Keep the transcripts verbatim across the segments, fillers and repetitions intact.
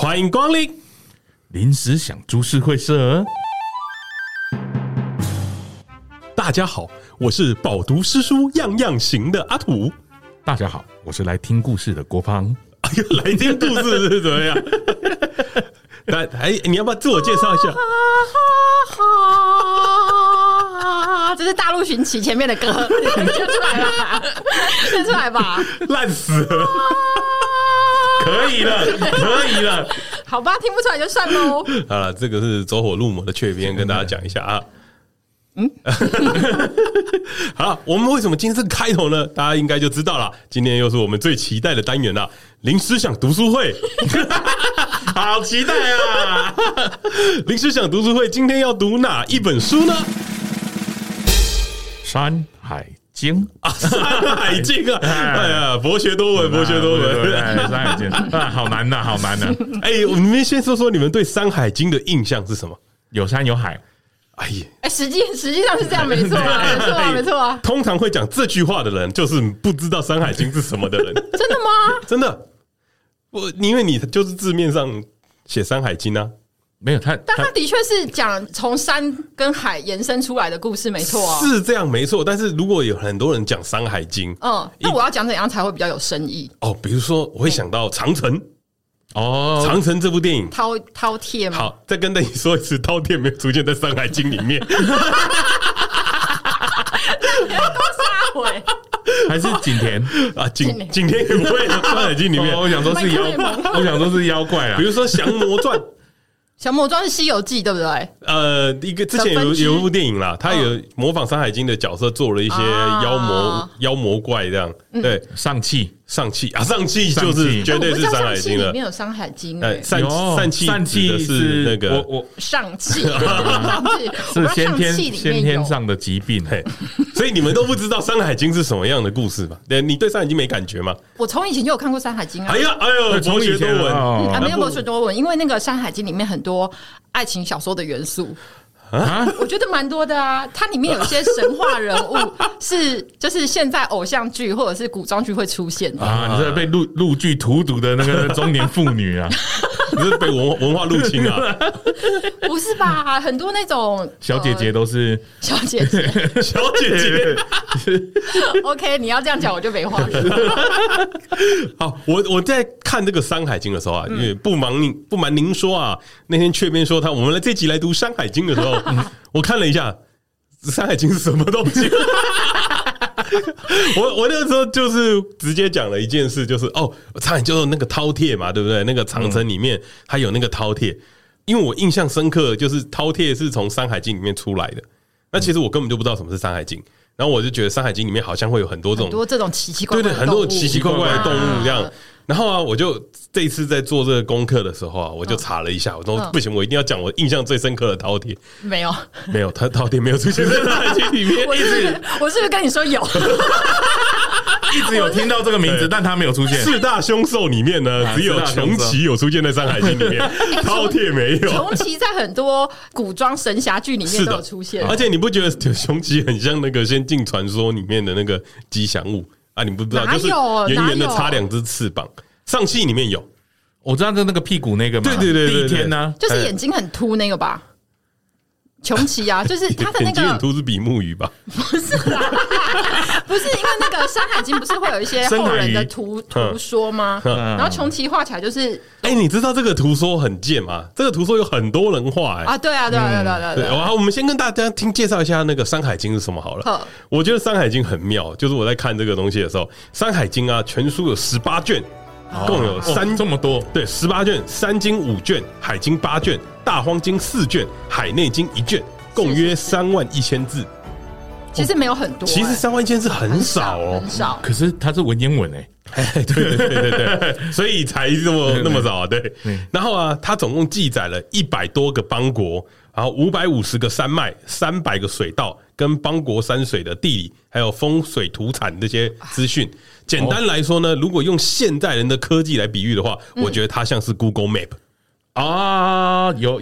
欢迎光临临时想株式会社。 大家好，我是饱读诗书样样行的阿土。 大家好，我是来听故事的郭胖。 哎呦，来听故事是怎么样？来，哎，你要不要自我介绍一下？ 这是大陆寻奇前面的歌，认出来吧？认出来吧？ 烂死了！可以了，可以了。 好吧，听不出来就算喽。 好了，这个是走火入魔的雀边，跟大家讲一下啊。嗯，好，我们为什么今天这个开头呢？大家应该就知道了。今天又是我们最期待的单元了——临时想读书会。好期待啊！临时想读书会今天要读哪一本书呢？ 山海经啊，山海经啊！哎呀，博学多闻，博学多闻。 山海经啊，好难呐，好难呐！ 哎，你们先说说你们对山海经的印象是什么？ 有山有海。 哎呀， 哎，实际实际上是这样，没错啊，没错啊，没错啊。 通常会讲这句话的人，就是不知道山海经是什么的人。 真的吗？ 真的。我因为你就是字面上写山海经啊。 没有他， 但他的确是讲从山跟海延伸出来的故事，没错啊， 是这样没错。但是如果有很多人讲《山海经》， 嗯，那我要讲怎样才会比较有深意？ 哦，比如说我会想到长城， 哦， 长城这部电影， 饕饕餮吗？ 好，再跟你说一次，饕餮没有出现在《山海经》里面。 你要多撒回？ 还是景田啊？景景田也不会在《山海经》里面。 我想说是妖，我想说是妖怪啦。 比如说《降魔传》。 降魔传是《西游记》对不对？ 呃，一个之前有有一部电影啦，他有模仿《山海经》的角色做了一些妖魔、啊、妖魔怪这样。嗯、对， 上气上气啊，上气就是绝对是《山海经》了。 里面有《山海经》 哎，疝疝气疝气是那个我我上气，上气是先天先天上的疾病。 嘿，所以你们都不知道《山海经》是什么样的故事吧？对，你对《山海经》没感觉吗？ 我从以前就有看过《山海经》啊。 哎呀，哎呦，博学多闻啊，没有博学多闻，因为那个《山海经》里面很多爱情小说的元素。啊，我觉得蛮多的啊，它里面有一些神话人物是就是现在偶像剧或者是古装剧会出现的啊。你这被陆陆剧荼毒的那个中年妇女啊， 你是被文文化入侵啊？ 不是吧？很多那种小姐姐都是、呃、 小姐姐， 小姐姐。 OK， 你要这样讲我就没话了。 好，我我在看这个《山海经》的时候啊，因为不瞒您不瞒您说啊，那天雀边说他我们来这集来读《山海经》的时候。我看了一下《山海经》是什么东西。我我那个时候就是直接讲了一件事，就是哦，山海就是那个饕餮嘛，对不对？那个长城里面还有那个饕餮，因为我印象深刻，就是饕餮是从《山海经》里面出来的。那其实我根本就不知道什么是《山海经》，然后我就觉得《山海经》里面好像会有很多这种很多这种奇奇怪怪的对对，很多奇奇怪怪的动物这样。然后啊，我就这一次在做这个功课的时候啊，我就查了一下，我说不行，我一定要讲我印象最深刻的饕餮。 没有， 没有，他饕餮没有出现在《山海经》里面。 我是不是我是不是跟你说有？ 一直有听到这个名字，但他没有出现。 四大凶兽里面呢，只有穷奇有出现在《山海经》里面，饕餮没有。 穷奇在很多古装神侠剧里面都有出现， 而且你不觉得穷奇很像那个《仙境传说》里面的那个吉祥物啊？你不知道，就是圆圆的插两只翅膀。上气里面有， 我知道是那个屁股那个嘛， 对对对， 第一天呢， 就是眼睛很凸那个吧。穷奇啊，就是他的那个眼睛很凸是比目鱼吧？ 不是啦，不是因为那个《山海经》不是会有一些后人的图图说吗？然后穷奇画起来就是， 哎、欸，你知道这个图说很贱吗？这个图说有很多人画、欸，哎啊，对啊，对啊，对啊，对啊。对好，我们先跟大家听介绍一下那个《山海经》是什么好了。我觉得《山海经》很妙，就是我在看这个东西的时候，《山海经》啊，全书有十八卷。共有三、 哦、这么多， 对，十八卷，山经五卷，海经八卷，大荒经四卷，海内经一卷，共约三万一千字。 其实没有很多、欸， 其实三万一千字很少哦， 很少。 可是它是文言文哎、 欸，对对对对对，所以才这么那么少啊。对，然后啊，它总共记载了一百多个邦国，然后五百五十个山脉，三百个水道，跟邦国山水的地理，还有风水土产这些资讯。简单来说呢，如果用现代人的科技来比喻的话，我觉得它像是 Google Map 啊，有有。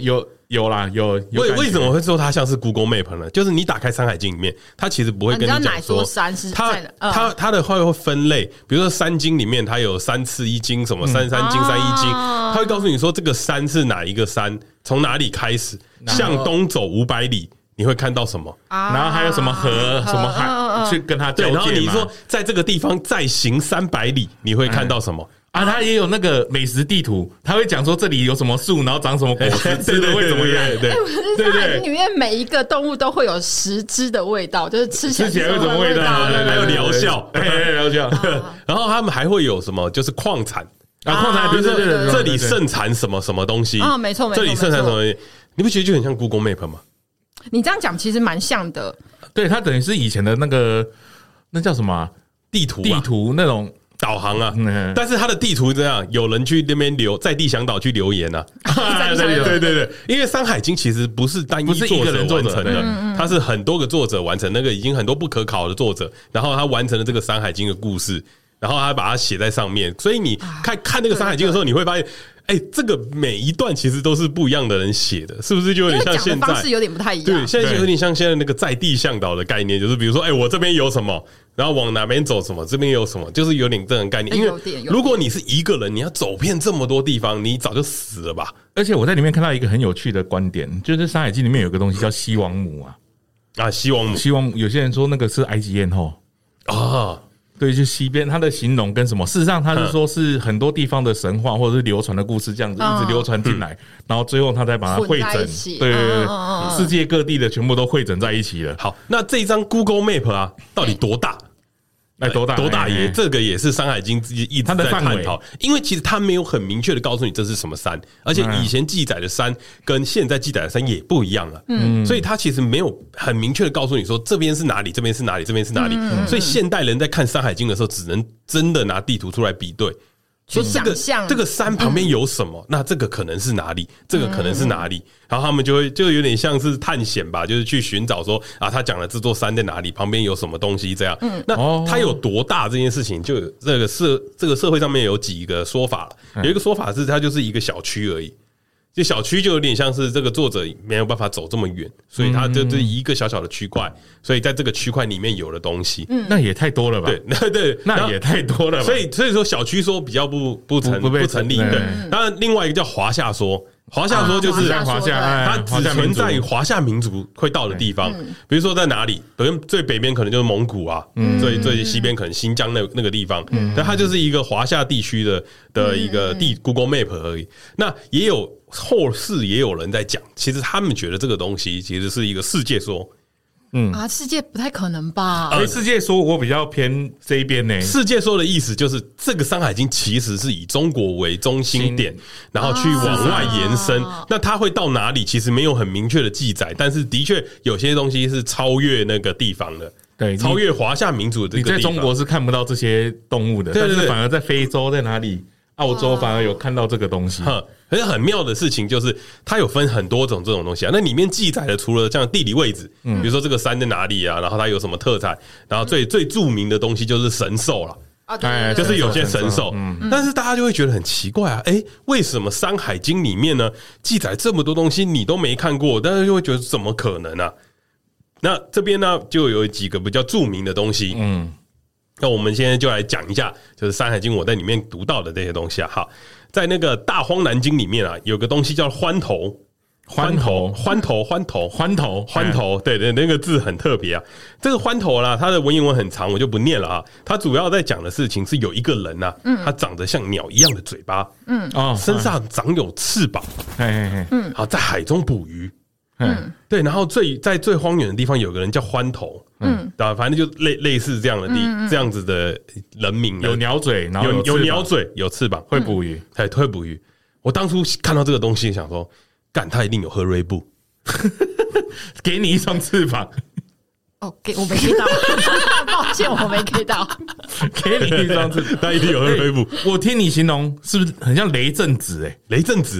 有啦，有。有为为什么会说它像是 Google Map 呢？就是你打开《山海经》里面，它其实不会跟你讲说山是它它它的话会分类，比如说山经里面它有三次一经，什么三三经、三一经，它会告诉你说这个山是哪一个山，从哪里开始，向东走五百里。你会看到什么？ 然后还有什么河、什么海去跟它交界嘛？ 然后你说在这个地方再行三百里，你会看到什么？ 啊，它也有那个美食地图，它会讲说这里有什么树，然后长什么果实，吃的会怎么样？对对对，里面每一个动物都会有实质的味道，就是吃起来吃起来会什么味道？ 还有疗效， 疗效。 然后他们还会有什么？就是矿产啊，矿产，比如说这里盛产什么什么东西啊？没错没错， 这里盛产什么？你不觉得就很像 Google Map 吗？ 你这样讲其实蛮像的， 对，它等于是以前的那个那叫什么、啊、 地图、啊、 地图那种导航啊，嗯、但是它的地图这样，有人去那边留在地向导去留言啊，对对对对，因为《山海经》其实不是单一作者完成的，它是很多个作者完成，那个已经很多不可考的作者，然后他完成了这个《山海经》的故事，然后他把它写在上面，所以你看看那个《山海经》的时候，你会发现。哎、欸，这个每一段其实都是不一样的人写的，是不是就有点像现在？ 方式有点不太一样。 对，现在有点像现在那个在地向导的概念，就是比如说，哎、欸，我这边有什么，然后往哪边走什么，这边有什么，就是有点这种概念。因为如果你是一个人，你要走遍这么多地方，你早就死了吧？ 而且我在里面看到一个很有趣的观点，就是《山海经》里面有个东西叫西王母啊， 啊，西王母， 西王母，有些人说那个是埃及艳后啊。对，就西边，它的形容跟什么？事实上，它是说是很多地方的神话或者是流传的故事，这样子一直流传进来，然后最后他再把它汇整，对对对，世界各地的全部都汇整在一起了。 好，那这张 Google Map 啊，到底多大？ 哎，多大？ 多大也这个也是《山海经》自己一直在探讨，因为其实它没有很明确的告诉你这是什么山，而且以前记载的山跟现在记载的山也不一样了，嗯，所以它其实没有很明确的告诉你说这边是哪里，这边是哪里，这边是哪里，所以现代人在看《山海经》的时候，只能真的拿地图出来比对。说这个这个山旁边有什么？嗯、那这个可能是哪里？这个可能是哪里？嗯、然后他们就会就有点像是探险吧，就是去寻找说啊，他讲的这座山在哪里？旁边有什么东西？这样。嗯、那它有多大这件事情，就这个社这个社会上面有几个说法了。有一个说法是，它就是一个小区而已。就小区就有点像是这个作者没有办法走这么远，所以他就是一个小小的区块，所以在这个区块里面有的东西， 嗯，那也太多了吧？ 对对， 那也太多了吧。 所以所以说小区说比较不不成不成立。对，当然另外一个叫华夏说。华夏说就是华夏， 它只存在于华夏民族会到的地方，比如说在哪里，比如最北边可能就是蒙古啊，最最西边可能新疆那那个地方，但它就是一个华夏地区的的一个地 Google Map 而已。那也有后世也有人在讲，其实他们觉得这个东西其实是一个世界说。 嗯啊，世界不太可能吧？ 所以世界说我比较偏这一边呢。 世界说的意思就是，这个《山海经》其实是以中国为中心点，然后去往外延伸。啊、那它会到哪里？其实没有很明确的记载，但是的确有些东西是超越那个地方的。 对， 超越华夏民族的这个地方。 你在中国是看不到这些动物的，对对对，但是反而在非洲在哪里？澳洲反而有看到这个东西， 而且很妙的事情就是，它有分很多种这种东西啊。那里面记载的除了像地理位置，嗯，比如说这个山在哪里啊，然后它有什么特产，然后最最著名的东西就是神兽了。啊，对，就是有些神兽，嗯，但是大家就会觉得很奇怪啊，哎、欸，为什么《山海经》里面呢记载这么多东西你都没看过？大家就会觉得怎么可能啊？那这边呢就有几个比较著名的东西，嗯。那我们现在就来讲一下，就是《山海经》我在里面读到的这些东西啊。好，在那个《大荒南经》里面啊，有个东西叫欢头，欢头，欢头，欢头， 欢头， 欢头，对对，那个字很特别啊。这个欢头啦，它的文言文很长，我就不念了啊。它主要在讲的事情是有一个人啊，嗯，他长得像鸟一样的嘴巴，嗯，哦，身上长有翅膀，嘿嘿嘿，嗯，好，在海中捕鱼。嗯，对，然后最在最荒远的地方有个人叫欢头，嗯，对吧？反正就类类似这样的地、嗯、这样子的人名， 有鸟嘴，然后有有鸟嘴，有翅膀， 会捕鱼， 哎，会捕鱼。我当初看到这个东西，想说，干，他一定有喝瑞布， 给你一双翅膀。 哦，给我没给到，抱歉，我没给到。 给你一双翅膀， 他一定有喝瑞布。 我听你形容，是不是很像雷震子？哎， 雷震子是什么？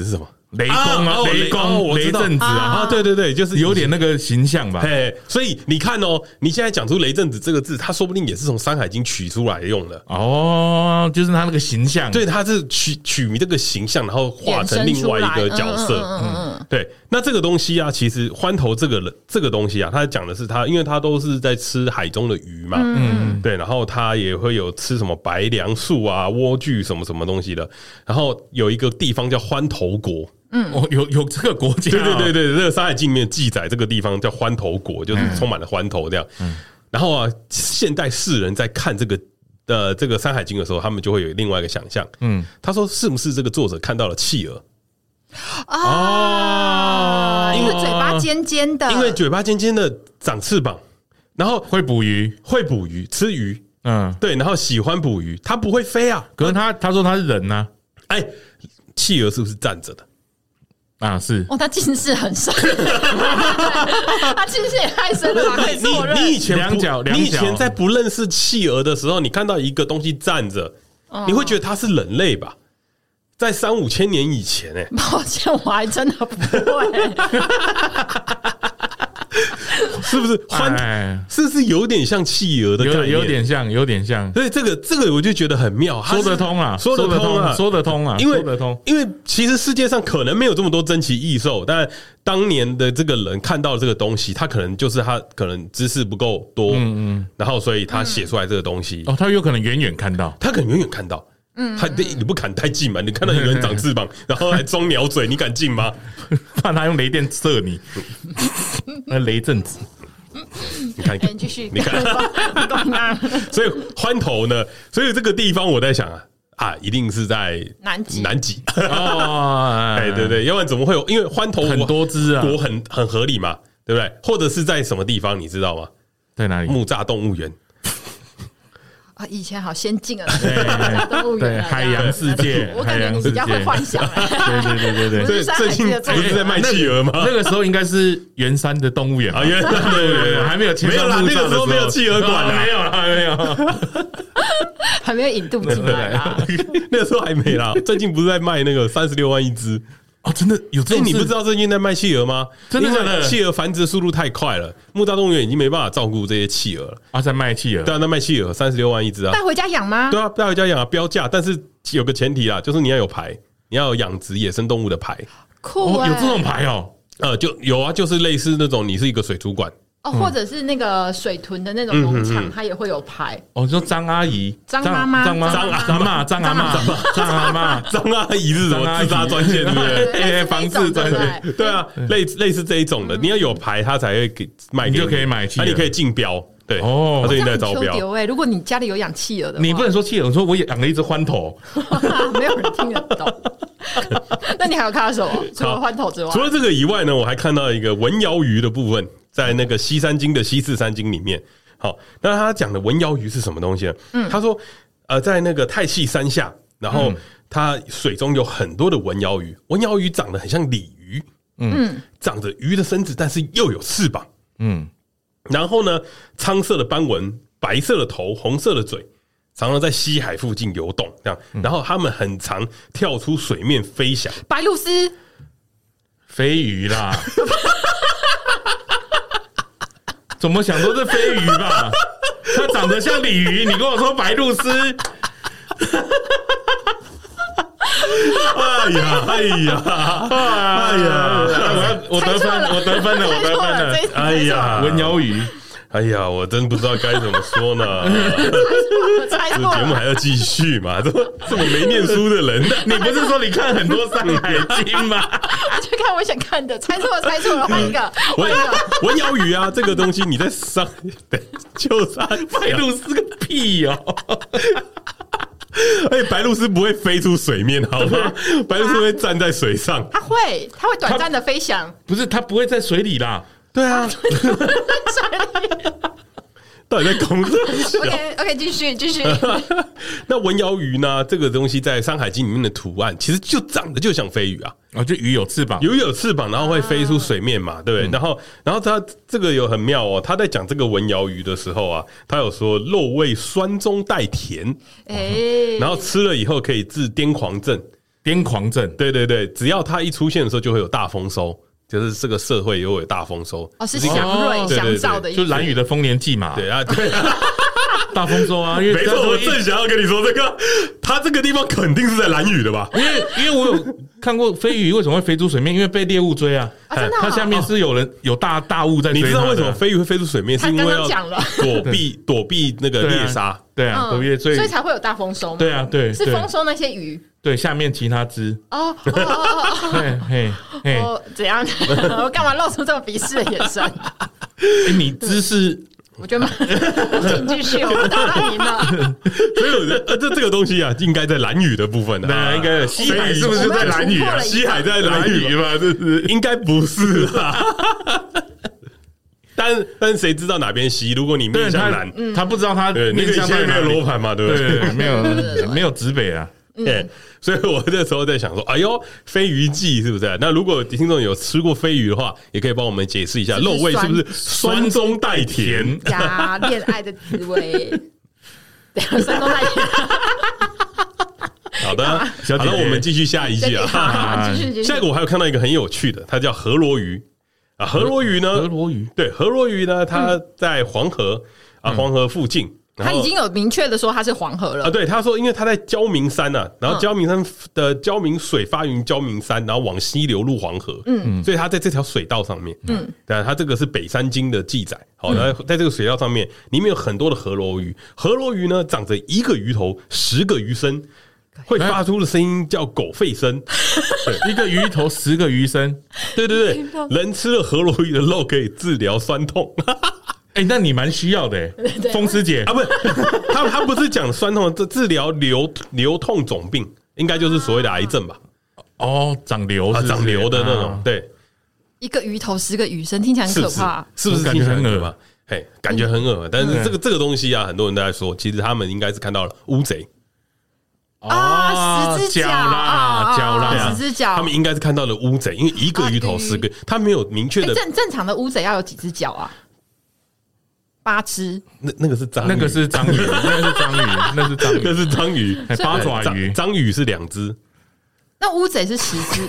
雷公啊， 啊雷公，雷震子啊， 啊，对对对，就是有点那个形象吧。 嘿，所以你看哦，你现在讲出雷震子这个字，他说不定也是从《山海经》取出来用的。 哦，就是他那个形象， 对，他是取取这个形象，然后化成另外一个角色。嗯，对。那这个东西啊，其实欢头这个这个东西啊，他讲的是他，因为他都是在吃海中的鱼嘛，嗯，对，然后他也会有吃什么白梁树啊、莴苣什么什么东西的，然后有一个地方叫欢头国。 嗯，哦，有有这个国家、哦， 对对对对，这个《山海经》里面记载这个地方叫欢头国，就是充满了欢头这样。嗯，然后啊，现代世人在看这个呃这个《山海经》的时候，他们就会有另外一个想象。嗯，他说是不是这个作者看到了企鹅？ 啊，因为嘴巴尖尖的， 因为嘴巴尖尖的长翅膀，然后会捕鱼， 会捕鱼，吃鱼。 嗯， 对，然后喜欢捕鱼，它不会飞啊。 可是他他说他是人呐、 啊，哎，企鹅是不是站着的？ 啊，是哦，他近视很深，他近视也太深了吧？可以错认。 你你以前两脚， 你以前在不认识企鹅的时候，你看到一个东西站着，哦、你会觉得它是人类吧？在三五千年以前、欸，哎， 抱歉，我还真的不会。 是不是欢？是不是有点像企鹅的概念？ 有有点像，有点像。 所以这个这个我就觉得很妙， 说得通啊， 说得通啊， 说得通啊， 因为说得通。 因为其实世界上可能没有这么多珍奇异兽，但当年的这个人看到这个东西，他可能就是他可能知识不够多，嗯嗯，然后所以他写出来这个东西。 哦，他有可能远远看到， 他可能远远看到。嗯，他你不敢太近嘛？你看到有人长翅膀，然后还装鸟嘴，你敢近吗？ 怕他用雷电射你，那雷震子。 你看， 继续， 你看，所以欢头呢？所以这个地方我在想啊啊，一定是在南极， 南极哦，哎对对，要不然怎么会有？因为欢头很多只啊， 国很很合理嘛，对不对？或者是在什么地方，你知道吗？ 在哪里？ 木栅动物园。 以前好先进啊， 动物园、海洋世界， 我感觉你比较会幻想。 对对对对对，最近不是在卖企鹅吗？ 那个时候应该是圆山的动物园啊， 圆山动物园还没有， 没有啦，那个时候没有企鹅馆， 没有啦，没有， 还没有引渡进来啦， 那个时候还没啦。最近不是在卖那个三十六万一只。 哦，真的有这？ 你不知道最近在卖企鹅吗？ 真的假的？ 企鹅繁殖速度太快了，木栅动物园已经没办法照顾这些企鹅了。 啊，在卖企鹅？ 对啊，在卖企鹅，三十六万一只啊， 带回家养吗？ 对啊，带回家养啊，标价，但是有个前提啦，就是你要有牌，你要有养殖野生动物的牌。 酷、欸， 有这种牌哦？ 呃，就有啊，就是类似那种，你是一个水族馆。 哦，或者是那个水豚的那种农场，它也会有牌。 哦，就张阿姨、 张妈妈、 张妈、张阿妈、张阿妈、张阿妈、 张阿姨是什么？自杀专线对不对？ 防治专线，对啊，类类似这一种的，你要有牌，它才会给卖， 你就可以买， 那你可以竞标。对哦，他最近在招标。 哎，如果你家里有养企鹅的话， 你不能说企鹅，你说我养了一只欢头， 没有人听得懂。那你还有看到什么？除了欢头之外， 除了这个以外呢，我还看到一个文鳐鱼的部分。在那个西山经的西四山经里面，好，那他讲的文鳐鱼是什么东西呢？嗯，他说，呃，在那个太气山下，然后它水中有很多的文鳐鱼，文鳐鱼长得很像鲤鱼，嗯，长着鱼的身子，但是又有翅膀，嗯，然后呢，苍色的斑纹，白色的头，红色的嘴，常常在西海附近游动，这样，然后它们很常跳出水面飞翔， 白鹭鸶， 飞鱼啦。怎么想都是飞鱼吧？它长得像鲤鱼，你跟我说白鹭鸶， 哎呀哎呀哎呀！ 我得分，我得分了，我得分了！ 哎呀， 文鳐鱼， 哎呀，我真不知道该怎么说呢。这个节目还要继续嘛？这么这么没念书的人， 你不是说你看很多《山海经》吗？ 我去看我想看的，猜错了，猜错了，换一个，换一个。 文鳐鱼啊，这个东西你在上，就上白鹭鸶个屁哦！ 而且白鹭鸶不会飞出水面，好吗？白鹭鸶会站在水上， 它会，它会短暂的飞翔。 不是，它不会在水里啦。 对啊。到底在攻击 ？OK OK， 继续继续。 那文鳐鱼呢？这个东西在《山海经》里面的图案，其实就长得就像飞鱼啊。 哦，就鱼有翅膀， 鱼有翅膀，然后会飞出水面嘛，对不对？然后，然后他这个有很妙哦。他在讲这个文鳐鱼的时候啊，他有说肉味酸中带甜，哎，然后吃了以后可以治癫狂症， 癫狂症， 对对对，只要它一出现的时候，就会有大丰收，就是这个社会又有大丰收。 哦，是祥瑞、祥兆的意思， 就是兰屿的丰年祭嘛。 对啊，对啊。 大丰收啊，因为没错，我正想要跟你说这个，它这个地方肯定是在兰屿的吧？ 因为因为我有看过飞鱼为什么会飞出水面，因为被猎物追啊， 啊真的、哦， 它下面是有人有大大物在追它。 你知道为什么飞鱼会飞出水面？是因为要躲避躲避那个猎杀， 对啊，躲避所以所以才会有大丰收嘛。 对啊，对， 是丰收那些鱼。 对，下面其他只哦哦哦哦，嘿嘿，我怎样？我干嘛露出这么鄙视的眼神？ 哎，你姿势。 我觉得请继续，我当然赢了。 所以我觉得，呃，这这个东西啊，应该在兰屿的部分的、啊，应该西海是不是在兰屿啊？ 西海在兰屿吧？这是应该不是啊。但但谁知道哪边西？如果你面向南， 他, 他不知道他面向那个罗盘嘛，对不对？ 对没有没有指北啊。 对，所以我那时候在想说，哎呦，飞鱼季是不是？那如果听众有吃过飞鱼的话，也可以帮我们解释一下，肉味是不是酸中带甜呀？恋爱的滋味，酸中带甜。 好的，好了，我们继续下一季啊。 继续， 下一个我还有看到一个很有趣的，它叫河螺鱼啊。河螺鱼呢？ 河螺鱼对，河螺鱼呢，它在黄河啊，黄河附近。 他已经有明确的说它是黄河了啊！对，他说，因为他在交明山啊，然后交明山的交明水发源交明山，然后往西流入黄河，嗯，所以他在这条水道上面，嗯，对，他这个是北山经的记载，好，然后在这个水道上面，里面有很多的河螺鱼，河螺鱼呢长着一个鱼头，十个鱼身，会发出的声音叫狗吠声， 对，一个鱼头，十个鱼身， 对对对，人吃了河螺鱼的肉可以治疗酸痛。 哎、欸，那你蛮需要的、欸，风师姐啊，不是他，他不是讲酸痛，这治疗瘤瘤痛肿病，应该就是所谓的癌症吧？ 哦，长瘤是是， 长瘤的那种，啊、对。 一个鱼头十个鱼身，听起来很可怕， 是不是？是不是听起来很可怕？嘿，感觉很恶，但是这个这个东西啊，很多人都在说，其实他们应该是看到了乌贼啊，十只脚啦，脚啦， 十只脚， 他们应该是看到了乌贼，因为一个鱼头十个，他没有明确的。 正正常的乌贼要有几只脚啊？八只， 那那个是章鱼， 那个是章鱼，那是章鱼，那是章鱼， 那是章鱼， 八爪鱼， 章鱼是两只， 那乌贼是十只，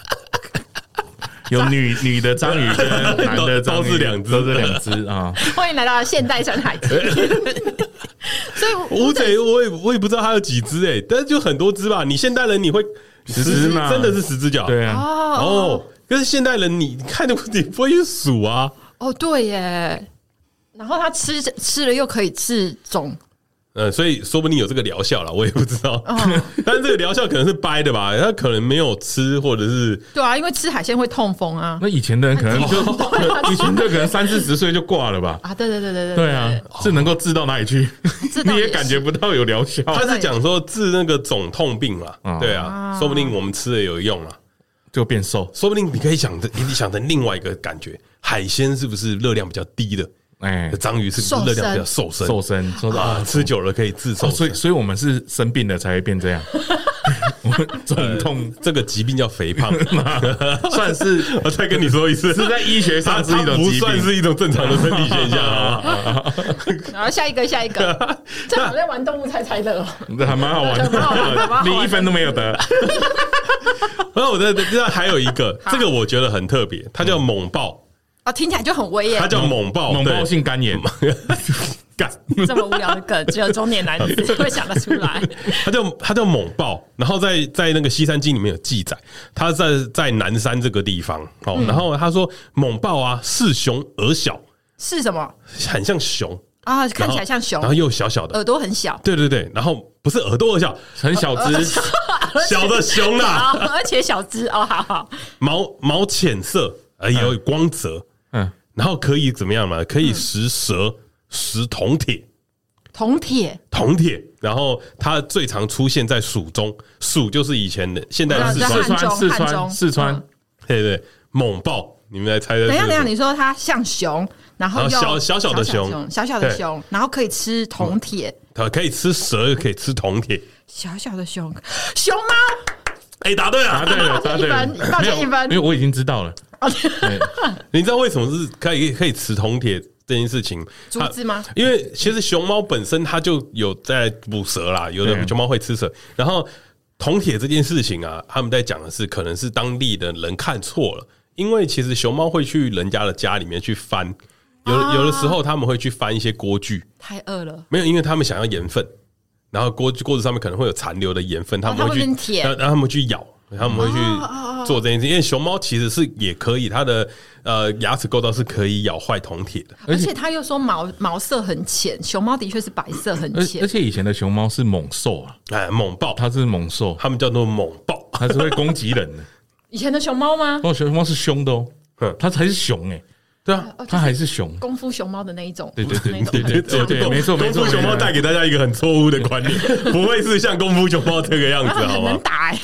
有女女的章鱼跟男的章鱼都是两只， 都是两只啊！ 欢迎来到现代山海经。所以乌贼我也我也不知道它有几只哎，但是就很多只吧。你现代人你会十只吗？ 真的是十只脚？ 对啊， 哦，可是现代人你看你不会数啊？ 哦，对耶。然后他吃吃了又可以治肿， 呃，所以说不定有这个疗效了，我也不知道。哦、但是这个疗效可能是掰的吧，他可能没有吃，或者是对啊，因为吃海鲜会痛风啊。 那以前的人可能就、哦、以前的可能三四十岁就挂了吧？ 啊，对对对对对， 对啊，是能够治到哪里去？你也感觉不到有疗效。 他是讲说治那个肿痛病嘛，哦、对啊，说不定我们吃的有用啊， 就变瘦。 说不定你可以想的，你想成另外一个感觉，海鲜是不是热量比较低的？哎，章鱼是不是热量比较瘦身？ 瘦身，瘦啊，吃久了可以治瘦、哦， 所以，所以我们是生病了才会变这样。我们肿痛、 呃，这个疾病叫肥胖， 算是。 我再跟你说一次， 是在医学上是一种疾病， 不算是一种正常的生理现象啊。 然后下一个，下一个，这好像玩动物猜猜的， 这还蛮好玩的，你一分都没有得。 然后我在这还有一个，这个我觉得很特别，它叫猛爆。 哦，听起来就很威严。 它叫猛爆， 猛爆性肝炎。 干这么无聊的梗，只有中年男子会想得出来。 它叫它叫猛爆，然后在在那个《西山经》里面有记载，它在在南山这个地方哦。嗯、然后他说猛爆啊，是熊而小， 是什么？ 很像熊啊，看起来像熊， 然后又小小的， 耳朵很小。 对对对，然后不是耳朵很小， 很小只， 小的熊啦， 而且小只哦，好好， 毛毛浅色，而也有光泽。嗯，然后可以怎么样嘛？可以食蛇、食铜铁、 铜铁、 铜铁。然后它最常出现在蜀中，蜀就是以前的现在的四川、 四川、四川， 对对，猛爆。你们来猜猜？ 等一下，等一下，你说它像熊，然后小小小的熊， 小小的熊，然后可以吃铜铁， 它可以吃蛇，又可以吃铜铁。 小小的熊，熊猫。 哎，答对了， 答对了，答对了， 抱歉一分， 因为我已经知道了。 你知道为什么是可以可以吃铜铁这件事情？ 竹子吗？ 因为其实熊猫本身它就有在捕蛇啦，有的熊猫会吃蛇，然后铜铁这件事情啊，他们在讲的是可能是当地的人看错了，因为其实熊猫会去人家的家里面去翻，有的、啊、有的时候他们会去翻一些锅具， 太饿了， 没有，因为他们想要盐分，然后锅锅子上面可能会有残留的盐分，他们会去让、哦、让他们去咬。他们会去做这件事，因为熊猫其实是也可以，它的呃牙齿构造是可以咬坏铜铁的， 而且他又说毛毛色很浅，熊猫的确是白色很浅， 而且以前的熊猫是猛兽啊， 哎，猛豹， 它是猛兽， 他们叫做猛豹， 它是会攻击人的。 以前的熊猫吗？ 哦，熊猫是凶的哦，它才是熊哎、欸。对啊，它还是熊， 功夫熊猫的那一种。 对对对对对对对，没错没错。 功夫熊猫带给大家一个很错误的观念，不会是像功夫熊猫这个样子，好吗？ 能打哎！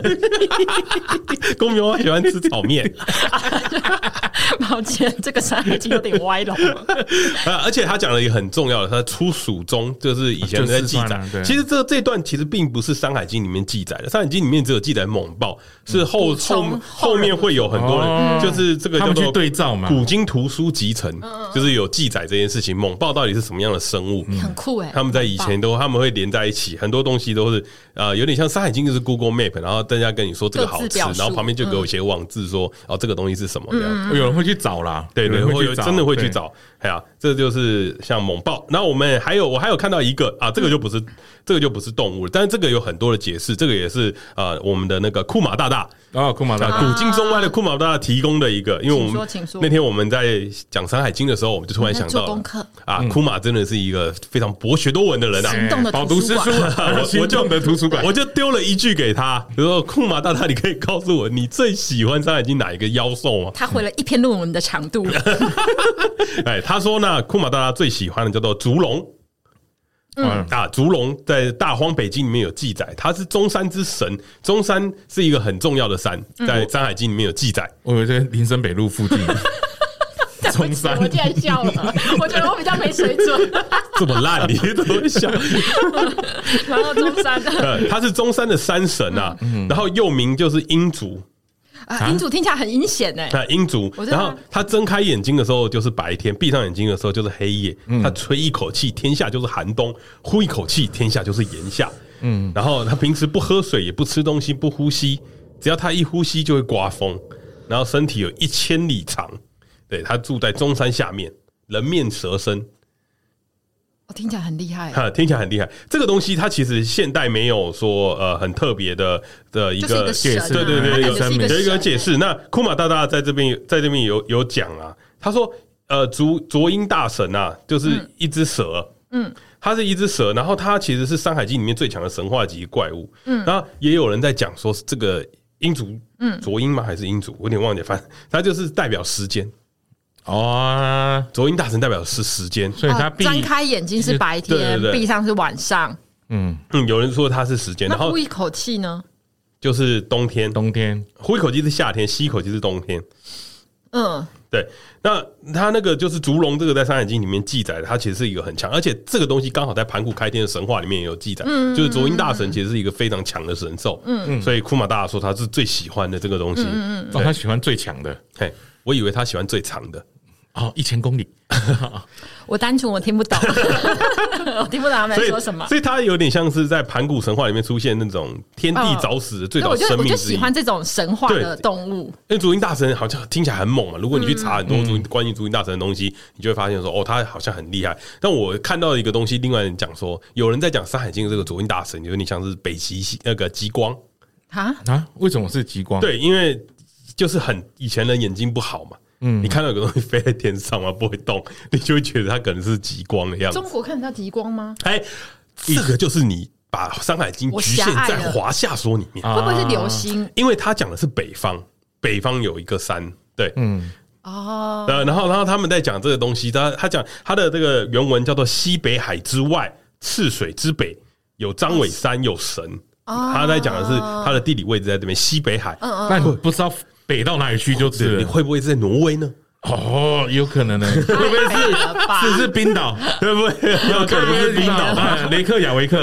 功夫熊猫喜欢吃炒面。 抱歉，这个山海经有点歪了。 而且他讲了一个很重要的，他出蜀中就是以前在记载。其实这这段其实并不是《山海经》里面记载的，《山海经》里面只有记载猛豹，是后后后面会有很多人，就是这个叫做对照嘛， 古今图书集成，就是有记载这件事情。猛豹到底是什么样的生物？ 很酷哎！ 他们在以前都他们会连在一起，很多东西都是呃有点像《山海经》就是 Google Map， 然后大家跟你说这个好吃，然后旁边就给我写网字说哦这个东西是什么这样。 有人会去找啦， 对对，会有真的会去找。哎呀，这就是像猛豹。然后我们还有我还有看到一个啊，这个就不是这个就不是动物了，但是这个有很多的解释。这个也是呃我们的那个库马大大。 哦，库马大大， 古今中外的库马大大提供的一个，因为我们那天我们在讲《山海经》的时候，我们就突然想到了啊，库马真的是一个非常博学多闻的人啊， 行动的饱读诗书，我就的图书馆， 我就丢了一句给他，比如说库马大大，你可以告诉我你最喜欢《山海经》哪一个妖兽吗？ 他回了一篇论文的长度。 哎，他说呢，库马大大最喜欢的叫做烛龙。嗯啊，烛龙在《大荒北经》里面有记载，它是中山之神。中山是一个很重要的山，在《山海经》里面有记载。 我以为在林森北路附近。 中山，我竟然笑了，我觉得我比较没水准。 这么烂，你怎么会笑？ 然后中山， 呃，他是中山的山神啊，嗯、然后又名就是鹰族。 啊，鹰族听起来很阴险哎！ 啊，鹰族，然后他睁开眼睛的时候就是白天，闭上眼睛的时候就是黑夜。嗯、他吹一口气，天下就是寒冬；呼一口气，天下就是炎夏。嗯，然后他平时不喝水，也不吃东西，不呼吸，只要他一呼吸就会刮风。然后身体有一千里长，对，他住在中山下面，人面蛇身。 哦，听起来很厉害， 哈，听起来很厉害。这个东西它其实现代没有说呃很特别的的一个解释，对对对，有有一个解释。那库马大大在这边在这边有有讲啊，他说呃烛灼阴大神啊，就是一只蛇，嗯，它是一只蛇，然后它其实是《山海经》里面最强的神话级怪物，嗯，然后也有人在讲说这个阴烛，嗯，灼阴吗？还是阴烛？我有点忘记，反正它就是代表时间。哦，灼阴大神代表是时间， 所以他张开眼睛是白天，闭上是晚上。 嗯嗯，有人说它是时间，然后呼一口气呢， 就是冬天。 冬天呼一口气是夏天，吸一口气是冬天。 嗯， 对。那他那个就是烛龙，这个在《山海经》里面记载的，它其实是一个很强，而且这个东西刚好在盘古开天的神话里面也有记载，嗯、就是灼阴大神其实是一个非常强的神兽。嗯，所以库马大大说他是最喜欢的这个东西。 嗯嗯，哦，他喜欢最强的。 嘿，我以为他喜欢最长的。 哦，一千公里， 我单纯我听不懂，我听不懂他们在说什么， 所以它有点像是在盘古神话里面出现那种天地早始的最早生命之一。 我就喜欢这种神话的动物， 因为烛阴大神好像听起来很猛嘛。如果你去查很多关于烛阴大神的东西，你就会发现说，哦，他好像很厉害。但我看到一个东西，另外人讲说，有人在讲《山海经》这个烛阴大神，有点像是北极那个极光啊啊？为什么是极光？ 对，因为就是很以前人眼睛不好嘛。嗯，你看到有个东西飞在天上嘛，不会动，你就会觉得它可能是极光的样子。 中国看得到极光吗？ 哎，这个就是你把《山海经》局限在华夏说里面， 会不会是流星？ 因为他讲的是北方，北方有一个山，对，嗯， 哦， 呃，然后然后他们在讲这个东西，他他讲他的这个原文叫做西北海之外，赤水之北有张尾山，有神。他在讲的是他的地理位置在这边，西北海。 那你不知道北到哪里去就是了， 你会不会是在挪威呢？ 哦，有可能呢，会不会是是是冰岛？会不会有可能是冰岛？雷克雅维克。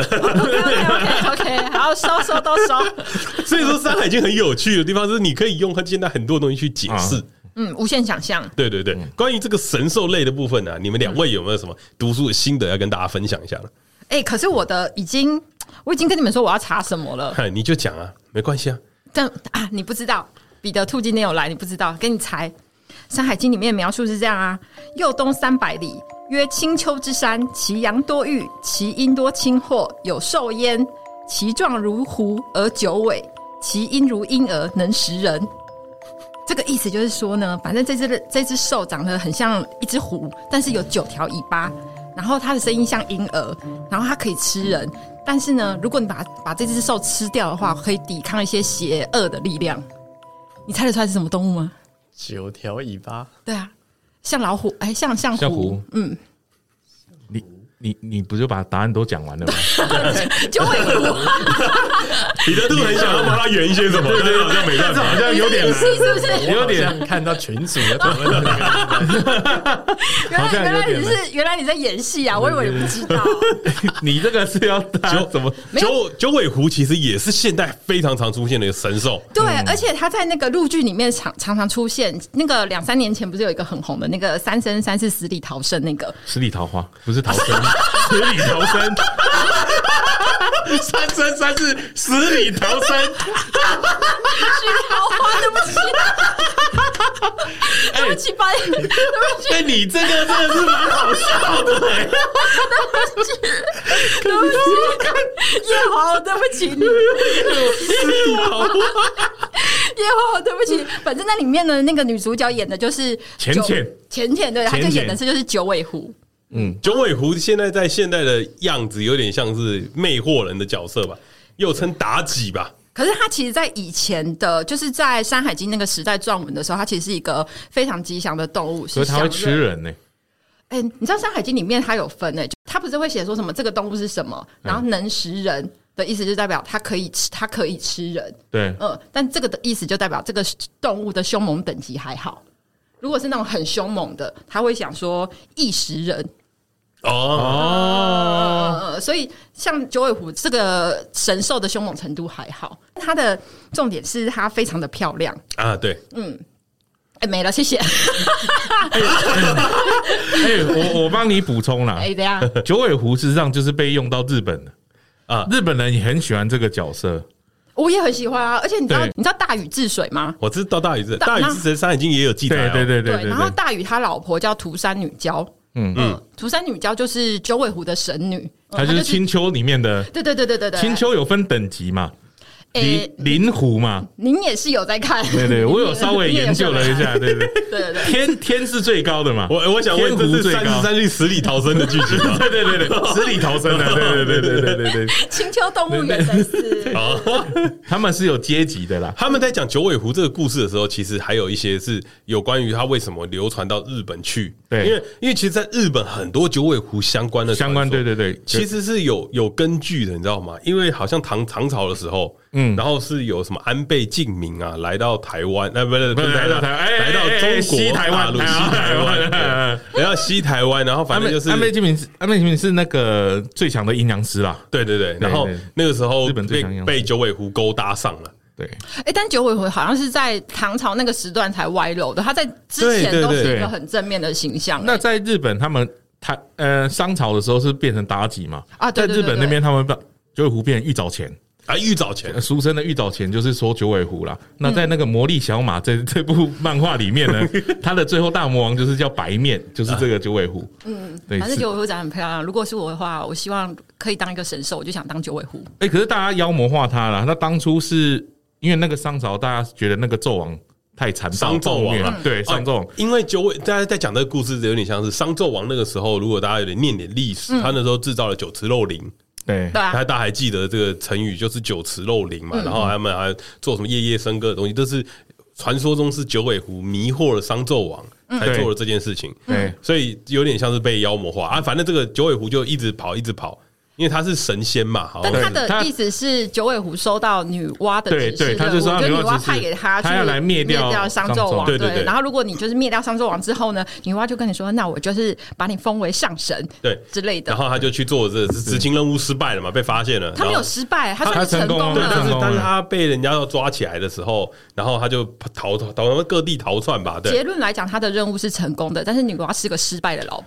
OK OK， 好，收收都收。 所以说，《山海经》很有趣的地方是，你可以用它现在很多东西去解释。 嗯，无限想象。 对对对，关于这个神兽类的部分呢，你们两位有没有什么读书的心得要跟大家分享一下呢？ 哎、欸，可是我的已经我已经跟你们说我要查什么了， 你就讲啊，没关系啊。 但啊，你不知道，彼得兔今天有来，你不知道，给你猜，《山海经》里面的描述是这样啊：右东三百里，曰青丘之山，其阳多玉，其阴多青货，有兽焉，其状如狐而九尾，其音如婴儿，能食人。这个意思就是说呢，反正这只这只兽长得很像一只狐，但是有九条尾巴，然后它的声音像婴儿，然后它可以吃人。但是呢，如果你把把这只兽吃掉的话，可以抵抗一些邪恶的力量。你猜得出来是什么动物吗？ 九条尾巴。 对啊，像老虎，哎，像像虎， 像虎， 嗯。 你你你不就把答案都讲完了吗？ 九尾狐。 彼得兔很想要帮他圆一些什么，但是好像没办法， 好像有点难， 是不是？ 有点看到群主的讨论。 原来原来你是原来你在演戏啊！我以为你不知道。 你这个是要九怎么九九尾狐其实也是现代非常常出现的一个神兽。 对，而且它在那个陆剧里面常常常出现。那个两三年前不是有一个很红的那个三生三世十里逃生那个十里桃花，不是逃生，十里逃生。 三生三世十里逃生， 十里桃花，对不起，对不起，白，对不起， 哎，你这个真的是蛮好笑的，哎， 对不起，对不起，叶华，对不起你， 十里桃花， 叶华，对不起，反正那里面的那个女主角演的就是浅浅， 浅浅，对，她就演的是就是九尾狐。 嗯，九尾狐现在在现代的样子有点像是魅惑人的角色吧，又称妲己吧。 可是他其实，在以前的，就是在《山海经》那个时代撰文的时候，它其实是一个非常吉祥的动物。 可是它会吃人呢、欸。 哎、欸，你知道《山海经》里面它有分呢、欸，它不是会写说什么这个动物是什么，然后能食人的意思就代表它可以吃，它可以吃人。 对， 嗯，但这个的意思就代表这个动物的凶猛等级还好。如果是那种很凶猛的，他会想说易食人。 哦、 呃，所以像九尾狐这个神兽的凶猛程度还好，它的重点是它非常的漂亮啊，对， 嗯，哎、欸，没了，谢谢。 哎、欸，我我帮你补充啦， 哎、欸，等一下， 九尾狐事实上就是被用到日本的啊，日本人也很喜欢这个角色。 我也很喜欢啊，而且你知道你知道大禹治水吗？ 我知道大禹治，大禹治水《山海经》也有记载、哦， 对对对 对, 对。然后大禹他老婆叫涂山女娇。嗯嗯，涂山女娇就是九尾狐的神女， 她、嗯、就是青丘里面的。 对对对对对对， 青丘有分等级嘛，灵灵狐嘛。 您也是有在看？ 对对，我有稍微研究了一下，对对对对对。 天天是最高的嘛， 我我想问，这是三十三去十里逃生的剧情吗？ 对对对对，十里逃生的，对对对对对对对。 青丘动物园才是。 他们是有阶级的啦。 他们在讲九尾狐这个故事的时候，其实还有一些是有关于它为什么流传到日本去。对，因为因为其实，在日本很多九尾狐相关的相关，对对对， 其实是有有根据的，你知道吗？因为好像唐唐朝的时候，嗯，然后是有什么安倍晋明啊，来到台湾，那不是不是来到台湾，来到中国西台湾， 西台湾，来到西台湾，然后反正就是安倍晋明，安倍晋明是那个最强的阴阳师啦， 对对对，然后那个时候日本最强被九尾狐勾搭上了。 对， 哎、欸，但九尾狐好像是在唐朝那个时段才歪楼的，他在之前都是一个很正面的形象、欸。 那在日本，他们台呃商朝的时候是变成妲己嘛？ 啊，对对对对， 在日本那边他们把九尾狐变成玉藻前啊，玉藻前， 俗称的玉藻前就是说九尾狐啦。那在那个魔力小马这这部漫画里面呢，他的最后大魔王就是叫白面，就是这个九尾狐。嗯，对， 反正九尾狐长得很漂亮。如果是我的话，我希望可以当一个神兽，我就想当九尾狐。 哎、欸，可是大家妖魔化他了。那当初是。因为那个商朝，大家觉得那个纣王太残暴， 商纣王啊， 对，商纣王、啊。 因为九尾，大家在讲这个故事，有点像是商纣王那个时候，如果大家有点念点历史、嗯，他那时候制造了酒池肉林， 对， 大家大家还记得这个成语就是酒池肉林嘛、嗯？然后他们还做什么夜夜笙歌的东西，都是传说中是九尾狐迷惑了商纣王才做了这件事情，对，所以有点像是被妖魔化啊。反正这个九尾狐就一直跑，一直跑。因为他是神仙嘛， 但他的意思是九尾狐收到女娲的指示， 对对，他就说女娲派给他， 他要来灭掉商纣王， 对对对。然后如果你就是灭掉商纣王之后呢，女娲就跟你说，那我就是把你封为上神，对之类的。 然后他就去做这执行任务失败了嘛，被发现了。 他没有失败，他算是成功了。 但是但是他被人家要抓起来的时候，然后他就逃逃逃各地逃窜吧。对， 结论来讲，他的任务是成功的，但是女娲是个失败的老板。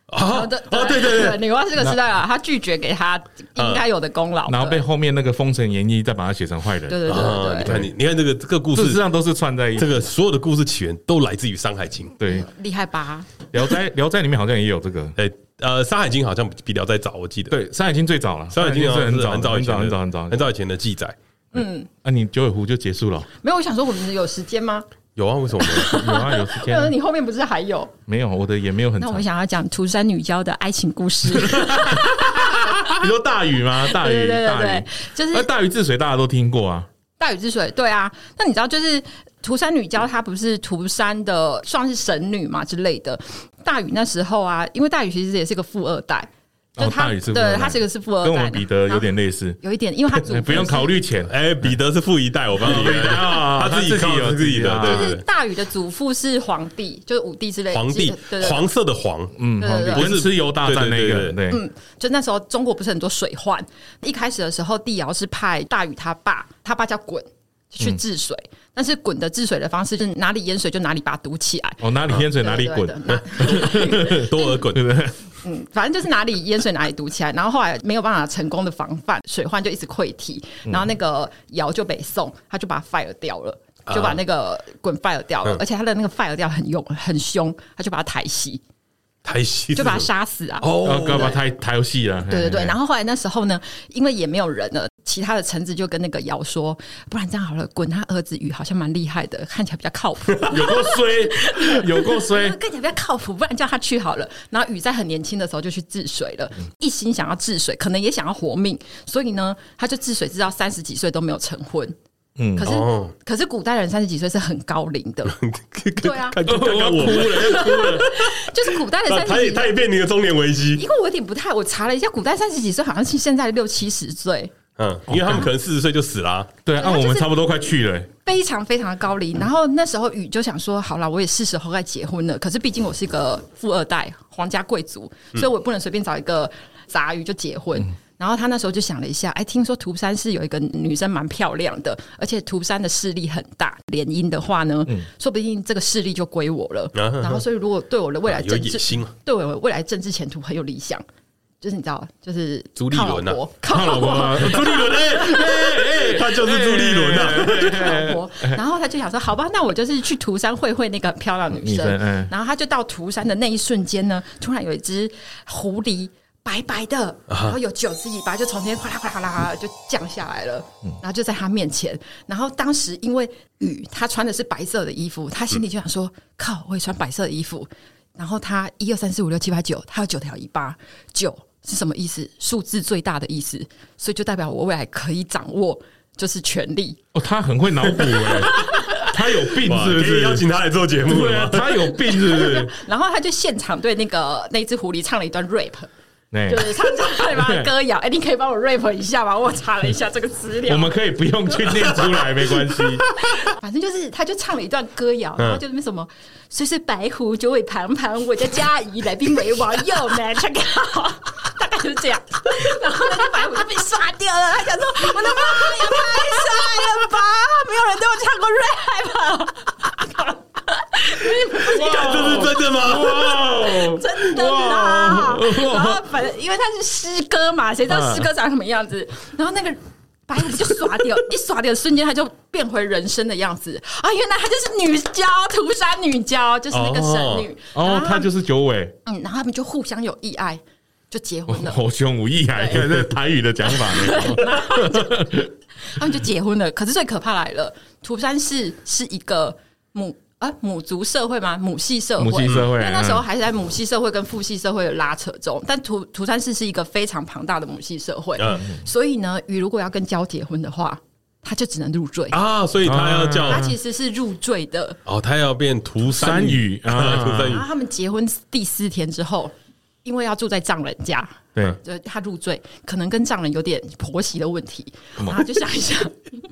哦哦，对对对， 女娲这个时代啊，他拒绝给他应该有的功劳， 然后被后面那个《封神演义》再把他写成坏人。 对对对对， 你看你，你看这个这个故事， 事实上都是串在一起。 这个所有的故事起源都来自于《山海经》。 对， 厉害吧？ 聊斋聊斋里面好像也有这个。 哎，呃，《山海经》好像比聊斋早，我记得。 对，《山海经》最早了，《 山海经》是很早很早很早很早很早很早以前的记载。 嗯， 那你九尾狐就结束了？ 没有，我想说我们有时间吗？ 有啊，为什么没有？ 有啊，有时间。 你后面不是还有？ 没有，我的也没有很长。 那我想要讲涂山女娇的爱情故事。 你说大禹吗？大禹，大禹，就是大禹治水，大家都听过啊。 大禹治水，对啊。那你知道，就是涂山女娇，她不是涂山的，算是神女嘛之类的。大禹那时候啊，因为大禹其实也是个富二代。 哦，大禹是富二代， 对，他是个是富二代， 跟我们彼得有点类似， 有一点，因为他祖不用考虑钱。 哎，彼得是富一代，我帮你，他自己靠自己的，对对。大禹的祖父是皇帝，就是武帝之类的， 皇帝，黄色的黄， 嗯，不是蚩尤大战那个，对， 嗯，就那时候中国不是很多水患，一开始的时候，帝尧是派大禹他爸，他爸叫鲧。去治水，嗯、但是鲧的治水的方式就是哪里淹水就哪里把它堵起来。 哦，哪里淹水哪里滚， 多尔衮，对不对？ 嗯，反正就是哪里淹水哪里堵起来。然后后来没有办法成功的防范，水患就一直溃堤。然后那个尧就北宋，他就把他 fire 掉了，就把那个鲧 fire 掉了，嗯、而且他的那个 fire 掉很勇很凶，他就把他抬袭。 抬戏就把他杀死啊！ 哦，刚把抬抬戏了。 对对对，然后后来那时候呢，因为也没有人了，其他的臣子就跟那个尧说：“不然这样好了，鲧他儿子禹好像蛮厉害的，看起来比较靠谱。” 有够衰，有够衰， 看起来比较靠谱，不然叫他去好了。然后禹在很年轻的时候就去治水了，嗯、一心想要治水，可能也想要活命，所以呢，他就治水治到三十几岁都没有成婚。嗯，可是、哦、可是古代人三十几岁是很高龄的，对啊， 看看看我哭了，哭了， 就是古代的三十几岁， 他也他也变你的中年危机。 因为我有点不太，我查了一下，古代三十几岁好像是现在的六七十岁， 嗯，因为他们可能四十岁就死了、啊， 对，按、啊、我们差不多快去了、欸， 非常非常的高龄。然后那时候禹就想说，好了，我也是时候该结婚了。可是毕竟我是一个富二代，皇家贵族，所以我不能随便找一个杂鱼就结婚。嗯，然后他那时候就想了一下，哎，听说涂山是有一个女生蛮漂亮的，而且涂山的势力很大，联姻的话呢，嗯、说不定这个势力就归我了。啊、然后，所以如果对我的未来政治，啊、对我的未来政治前途很有理想，就是你知道，就是朱立伦啊， 靠老婆， 朱立伦，哎哎哎，他就是朱立伦啊， 靠老婆。然后他就想说，好吧，那我就是去涂山会会那个漂亮女生。嗯、然后他就到涂山的那一瞬间呢，突然有一只狐狸。白白的，然后有九只尾巴，就从天哗啦哗啦哗啦就降下来了，然后就在他面前。然后当时因为禹他穿的是白色的衣服，他心里就想说：“靠，我也穿白色的衣服。”然后他一二三四五六七八九，他有九条尾巴，九是什么意思？数字最大的意思，所以就代表我未来可以掌握就是权力。 哦，他很会脑补哎。他有病是不是？ 可以邀请他来做节目了吗？ 他有病是不是？ 然后他就现场对那个那只狐狸唱了一段 rap。就是唱唱对吧？歌谣，哎，你可以帮我 rap 一下吗？我查了一下这个资料， 我们可以不用去念出来，没关系。 反正就是，他就唱了一段歌谣，然后就那什么“岁岁白狐，九尾盘盘，我家嘉仪来宾为王，又难唱好”，大概就是这样。然后那个白狐就被刷掉了，他想说：“我的妈呀，太帅了吧！没有人对我唱过 rap。” 哇，这是真的吗？ 哇，真的啦！然后反正因为它是诗歌嘛，谁知道诗歌长什么样子？然后那个白狐就耍掉，一耍掉的瞬间，它就变回人生的样子啊！原来她就是女娇，涂山女娇，就是那个神女。 哦，她就是九尾。 嗯，然后他们就互相有意爱，就结婚了。 好胸无意爱，这是台语的讲法呢。 他们就结婚了。可是最可怕来了，涂山氏是一个母。啊，母族社会吗？母系社会， 母系社会，因为那时候还是在母系社会跟父系社会的拉扯中。但涂涂山氏是一个非常庞大的母系社会，嗯、所以呢，禹如果要跟娇结婚的话，他就只能入赘啊。所以他要叫他其实是入赘的哦，他要变涂山禹啊。 涂山禹。 然后他们结婚第四天之后，因为要住在丈人家， 对， 就他入赘，可能跟丈人有点婆媳的问题，然后就想一想。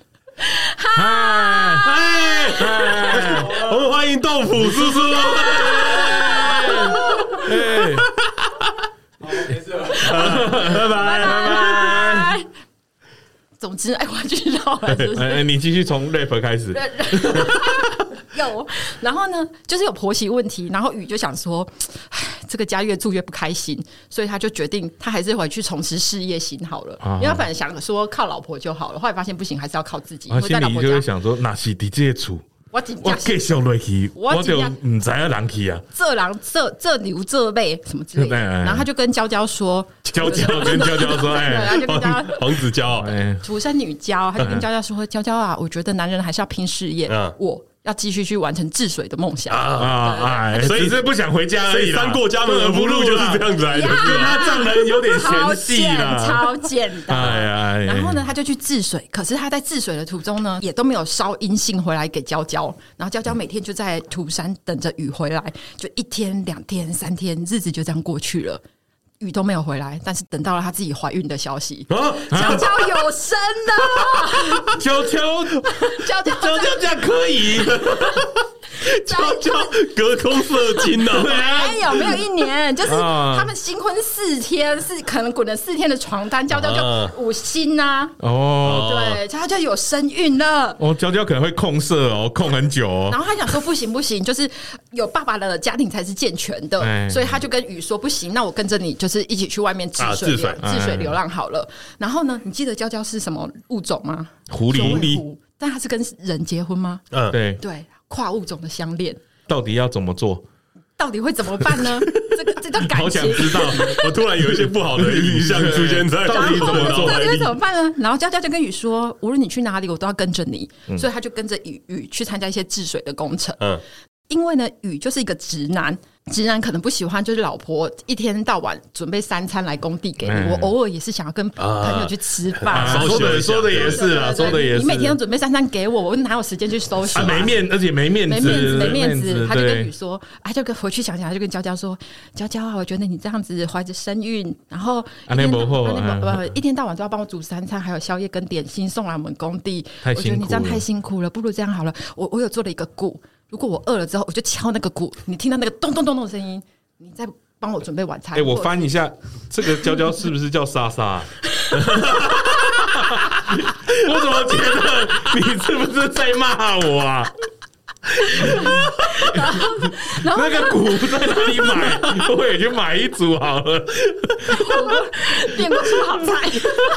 嗨嗨，我们欢迎豆腐叔叔。哎， 好，没事了， 拜拜拜拜。 总之，哎，我继续绕了，是不是？ 哎，你继续从 rap 开始。 有，然后呢，就是有婆媳问题，然后禹就想说， 这个家越住越不开心，所以他就决定他还是回去从事事业心好了。啊、因为他本来想说靠老婆就好了，后来发现不行，还是要靠自己。 啊、心里就会想说，那是伫这个厝。 我我继续落去，我就唔知影人去啊。 这人这这牛这妹什么之类的，然后他就跟娇娇说， 娇娇跟娇娇说，哎，黄子娇，哎， 土生女娇，他就跟娇娇说，娇娇啊，我觉得男人还是要拼事业，我要继续去完成治水的梦想啊！所以是不想回家而已啦。 三过家门而不入就是这样子来的， 跟他丈人有点嫌隙啦， 超简单。然后呢，他就去治水，可是他在治水的途中呢，也都没有捎音信回来给娇娇。然后娇娇每天就在土山等着雨回来，就一天、两天、三天，日子就这样过去了。雨都没有回来，但是等到了她自己怀孕的消息，娇娇有生的， 娇娇娇娇娇娇这样可以， 娇娇隔空射精呢？ 没有没有一年，就是他们新婚四天，是可能滚了四天的床单，娇娇就五星呐，哦，对，娇娇就有身孕了， 哦，娇娇可能会控射哦，控很久哦， 然后他想说不行不行，就是有爸爸的家庭才是健全的，所以他就跟雨说不行，那我跟着你就是一起去外面治水治、啊、水流浪好了。然后呢，你记得娇娇是什么物种吗？ 狐狸， 但他是跟人结婚吗？ 嗯，对对，跨物种的相恋， 到底要怎么做？ 到底会怎么办呢？这个这段感情， 好想知道。我突然有一些不好的影像出现在，到底怎么做？ 到底怎么办呢？然后娇娇就跟雨说，无论你去哪里，我都要跟着你。嗯、所以他就跟着雨雨去参加一些治水的工程。嗯。因为呢，雨就是一个直男，直男可能不喜欢，就是老婆一天到晚准备三餐来工地给你。嗯、我偶尔也是想要跟朋友去吃饭。 啊、说的说的也是啊，说的也是。 你每天都准备三餐给我，我哪有时间去搜寻、啊啊？没面，而且没面子， 没面子，没面子。他就跟雨说，他就跟回去想想，他就跟娇娇说：“娇娇啊，我觉得你这样子怀着身孕，然后一天到晚、啊、一天到晚都要帮我煮三餐，还有宵夜跟点心送来我们工地，我觉得你这样太辛苦了，不如这样好了，我我有做了一个鼓。”如果我饿了之后，我就敲那个鼓，你听到那个咚咚咚咚的声音，你再帮我准备晚餐。 哎、欸，我翻一下，这个娇娇是不是叫莎莎、啊？我怎么觉得你是不是在骂我啊？然后，然后那个鼓在哪里买？我也去买一组好了。 变不出好菜。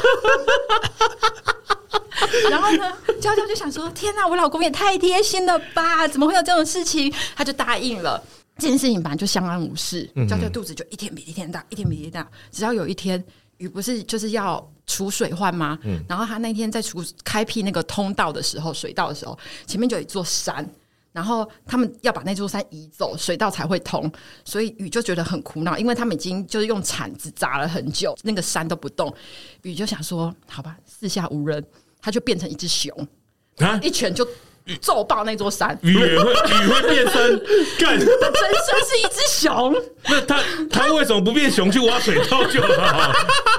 然后呢，娇娇就想说：“天哪，我老公也太贴心了吧？怎么会有这种事情？”他就答应了。这件事情本来就相安无事，娇娇肚子就一天比一天大，一天比一天大。直到有一天，雨不是就是要除水患吗？嗯、然后他那天在除开辟那个通道的时候，水道的时候，前面就有一座山。然后他们要把那座山移走，水道才会通，所以雨就觉得很苦恼，因为他们已经就是用铲子砸了很久，那个山都不动。雨就想说：“好吧，四下无人。”他就变成一只熊，啊、一拳就揍爆那座山。 雨也会，雨会变身，干， 他真身是一只熊。 那他他为什么不变熊去挖水道就好？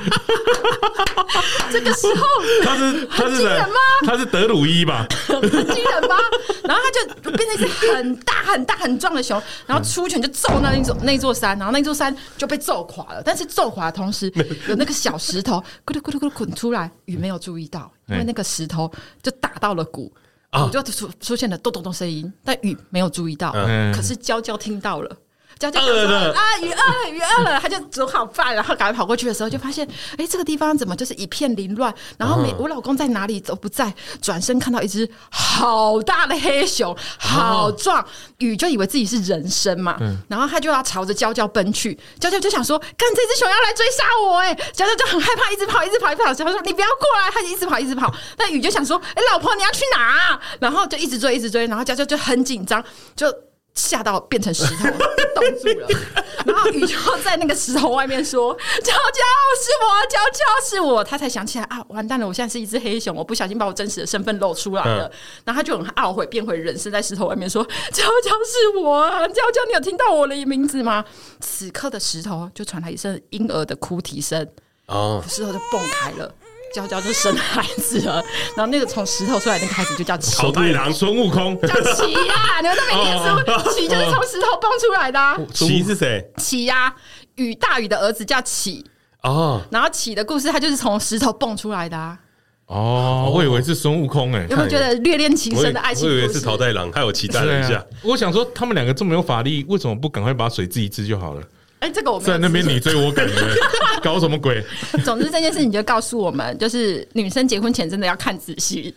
这个时候他是他是人吗？他是德鲁伊吧？ 很惊人吧？然后他就变成一只很大很大很壮的熊，然后出拳就揍那座那座山，然后那座山就被揍垮了。但是揍垮的同时，有那个小石头咕噜咕噜咕噜滚出来，雨没有注意到，因为那个石头就打到了鼓。鼓就出出现了咚咚咚声音，但雨没有注意到，嗯、可是娇娇听到了。娇娇说啊，雨饿了，雨饿了，他就煮好饭，然后赶快跑过去的时候，就发现，哎，这个地方怎么就是一片凌乱？然后每我老公在哪里都不在，转身看到一只好大的黑熊，好壮，雨就以为自己是人参嘛，嗯、然后他就要朝着娇娇奔去，娇娇就想说，干这只熊要来追杀我，哎，娇娇就很害怕，一直跑，一直跑，一直跑，他说你不要过来，他就一直跑，一直跑，那雨就想说，哎，老婆你要去哪、啊？然后就一直追，一直追，然后娇娇就很紧张，就。吓到变成石头冻住了，然后雨就在那个石头外面说：“娇娇是我，娇娇是我。”他才想起来啊，完蛋了，我现在是一只黑熊，我不小心把我真实的身份露出来了。嗯、然后他就很懊悔，变回人身，在石头外面说：“娇娇是我啊，娇娇，你有听到我的名字吗？”此刻的石头就传来一声婴儿的哭啼声，哦，石头就蹦开了。娇娇就生孩子了，然后那个从石头出来那个孩子就叫奇， 草太郎孙悟空叫奇呀、啊，你们都没念书，奇就是从石头蹦出来的、啊。 奇是谁？ 奇呀、啊，雨大禹的儿子叫启哦，然后启的故事他就是从石头蹦出来的啊。 哦，我以为是孙悟空哎、欸， 有没有觉得虐恋情深的爱情故事？ 我以为是桃太郎，害我期待了一下。 我想说他们两个这么有法力，为什么不赶快把水自己治就好了？ 哎，这个我没有在那边你追我赶的，搞什么鬼？ 总之这件事情就告诉我们，就是女生结婚前真的要看仔细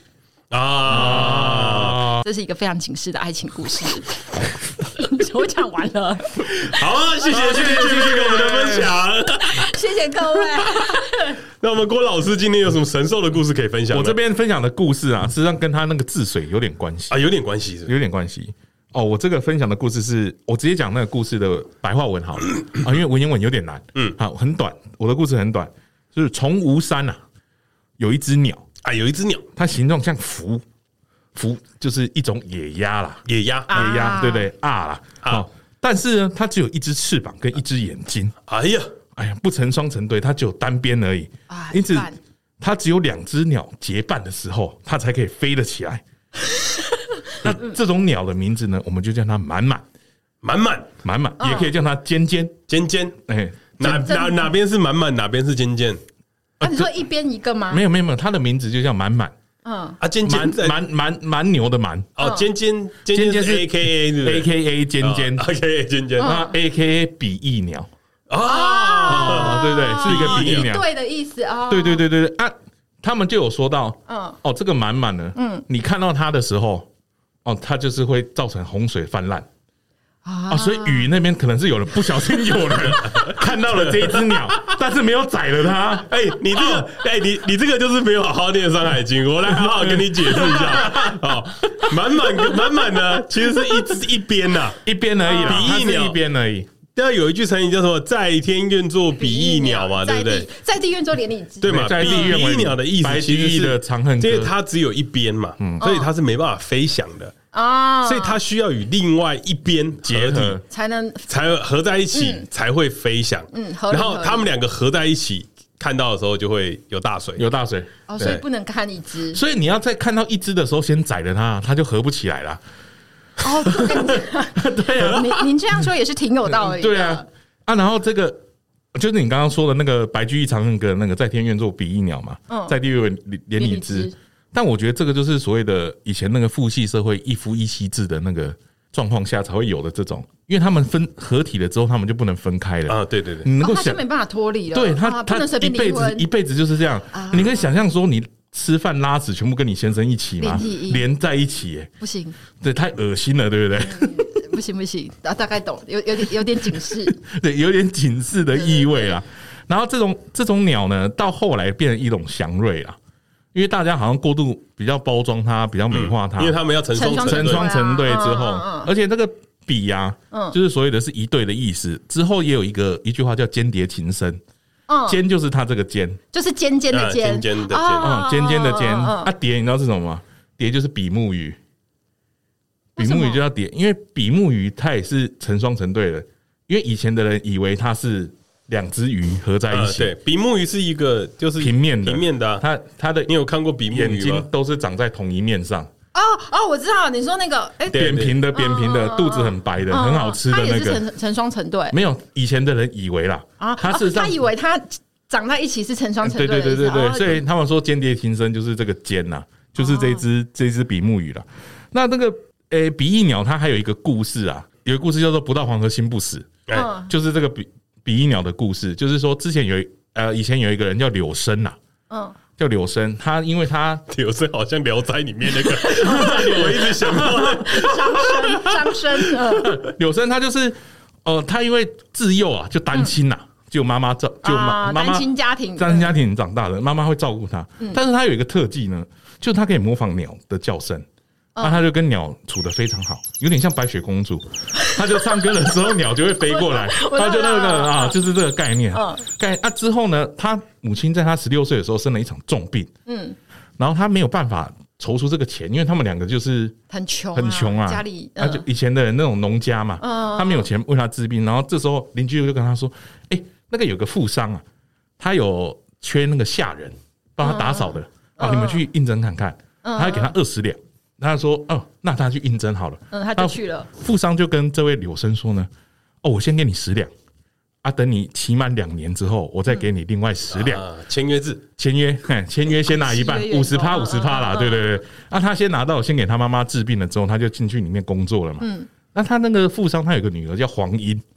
啊。 这是一个非常警示的爱情故事。我讲完了， 好，谢谢谢谢谢谢我们的分享， 谢谢各位。 那我们郭老师今天有什么神兽的故事可以分享？ 我这边分享的故事啊，实际上跟他那个治水有点关系啊，有点关系是不是， 有点关系。哦，我这个分享的故事是我直接讲那个故事的白话文好了啊，因为文言文有点难。嗯，好，很短，我的故事很短，就是从吴山啊，有一只鸟啊，有一只鸟， 它形状像蝠，蝠就是一种野鸭啦， 野鸭， 野鸭，对不对？啊啦，好，但是呢，它只有一只翅膀跟一只眼睛。哎呀，哎呀，不成双成对，它只有单边而已。因此，它只有两只鸟结伴的时候，它才可以飞得起来。那这种鸟的名字呢，我们就叫它满满， 满满， 满满，也可以叫它尖尖， 尖尖。 哎， 哪哪哪边是满满，哪边是尖尖？ 啊，你说一边一个吗？ 没有没有没有，它的名字就叫满满。 嗯啊，尖尖蛮蛮蛮牛的蛮哦，尖尖尖尖是 A K A 是 A K A 尖尖 ，A K A 尖尖， 那 A K A 比翼鸟啊， 对不对？是一个比翼鸟， 对的意思啊。 对对对对对啊，他们就有说到， 嗯， 哦，这个满满呢，嗯，你看到它的时候，哦，它就是会造成洪水泛滥。啊，所以雨那边可能是有人不小心有人看到了这一只鸟，但是没有宰了它。 哎，你这个，哎，你你这个就是没有好好念《山海经》，我来好好跟你解释一下。哦，满满满满呢，其实是一只一边呐， 一边而已啦， 比翼鸟一边而已。 对啊，有一句成语叫什么“在天愿作比翼鸟”嘛，对不对？ 在地愿作连理枝， 对嘛？ 在地愿比翼鸟的意思其实是的长恨歌， 因为它只有一边嘛，所以它是没办法飞翔的。啊，所以它需要与另外一边结合， 才能才合在一起，才会飞翔。嗯，然后他们两个合在一起，看到的时候就会有大水， 有大水。 哦，所以不能看一只。 所以你要在看到一只的时候，先宰了它，它就合不起来了。 哦，对啊，您您这样说也是挺有道理的。 对啊，啊，然后这个就是你刚刚说的那个白居易长恨歌那个在天愿作比翼鸟嘛，在地愿连理枝。但我觉得这个就是所谓的以前那个父系社会一夫一妻制的那个状况下才会有的这种，因为他们分合体了之后，他们就不能分开了啊！对对对， 你能够想，他就没办法脱离了。 对他，他一辈子一辈子就是这样。你可以想象说，你吃饭拉屎全部跟你先生一起吗？连在一起，哎， 不行， 对，太恶心了，对不对？ 不行不行，啊，大概懂，有有点有点警示， 对，有点警示的意味啊。然后这种这种鸟呢，到后来变成一种祥瑞啊。因为大家好像过度比较包装它，比较美化它， 因为他们要成双成双成对之后，而且这个比呀，就是所谓的是一对的意思。之后也有一个一句话叫“间谍情深”，尖就是它这个尖， 就是尖尖的尖， 尖尖的尖， 嗯，尖尖的尖。啊，蝶你知道是什么吗？蝶就是比目鱼，比目鱼就叫蝶，因为比目鱼它也是成双成对的，因为以前的人以为它是。两只鱼合在一起， 对，比目鱼是一个就是平面的， 平面的， 它它的你有看过比目鱼吗？ 眼睛都是长在同一面上。 哦哦，我知道，你说那个哎， 扁平的扁平的，肚子很白的，很好吃的那个， 成成双成对。 没有，以前的人以为啦，啊，他是他以为他长在一起是成双成对， 对对对对对，所以他们说间谍情深就是这个尖呐，就是这只这只比目鱼啦。那那个诶，比翼鸟它还有一个故事啊，有一个故事叫做“不到黄河心不死”，哎，就是这个比。比翼鸟的故事，就是说之前有呃以前有一个人叫柳生呐，嗯，叫柳生，他因为他柳生好像《聊斋》里面那个，我一直想到张生张生，呃， 柳生他就是呃他因为自幼啊就单亲呐，就妈妈照就妈妈单亲家庭单亲家庭长大的，妈妈会照顾他，但是他有一个特技呢，就他可以模仿鸟的叫声。那、啊、他就跟鸟处得非常好，有点像白雪公主。他就唱歌的时候，鸟就会飞过来。他就那个啊，就是这个概念。概啊之后呢，他母亲在他十六岁的时候生了一场重病。嗯，然后他没有办法筹出这个钱，因为他们两个就是很穷， 很穷啊， 家里他就以前的人那种农家嘛，他没有钱为他治病。然后这时候邻居就跟他说：“哎，那个有个富商啊，他有缺那个下人帮他打扫的啊，你们去应征看看。”他还给他二十两。他说：“哦，那他去应征好了。” 嗯，他就去了。 富商就跟这位柳生说呢：“哦，我先给你十两，啊，等你期满两年之后，我再给你另外十两。 签约制， 签约，签约先拿一半，五十趴，五十趴啦，对对对。啊，他先拿到，先给他妈妈治病了之后，他就进去里面工作了嘛。嗯，那他那个富商，他有个女儿叫黄英，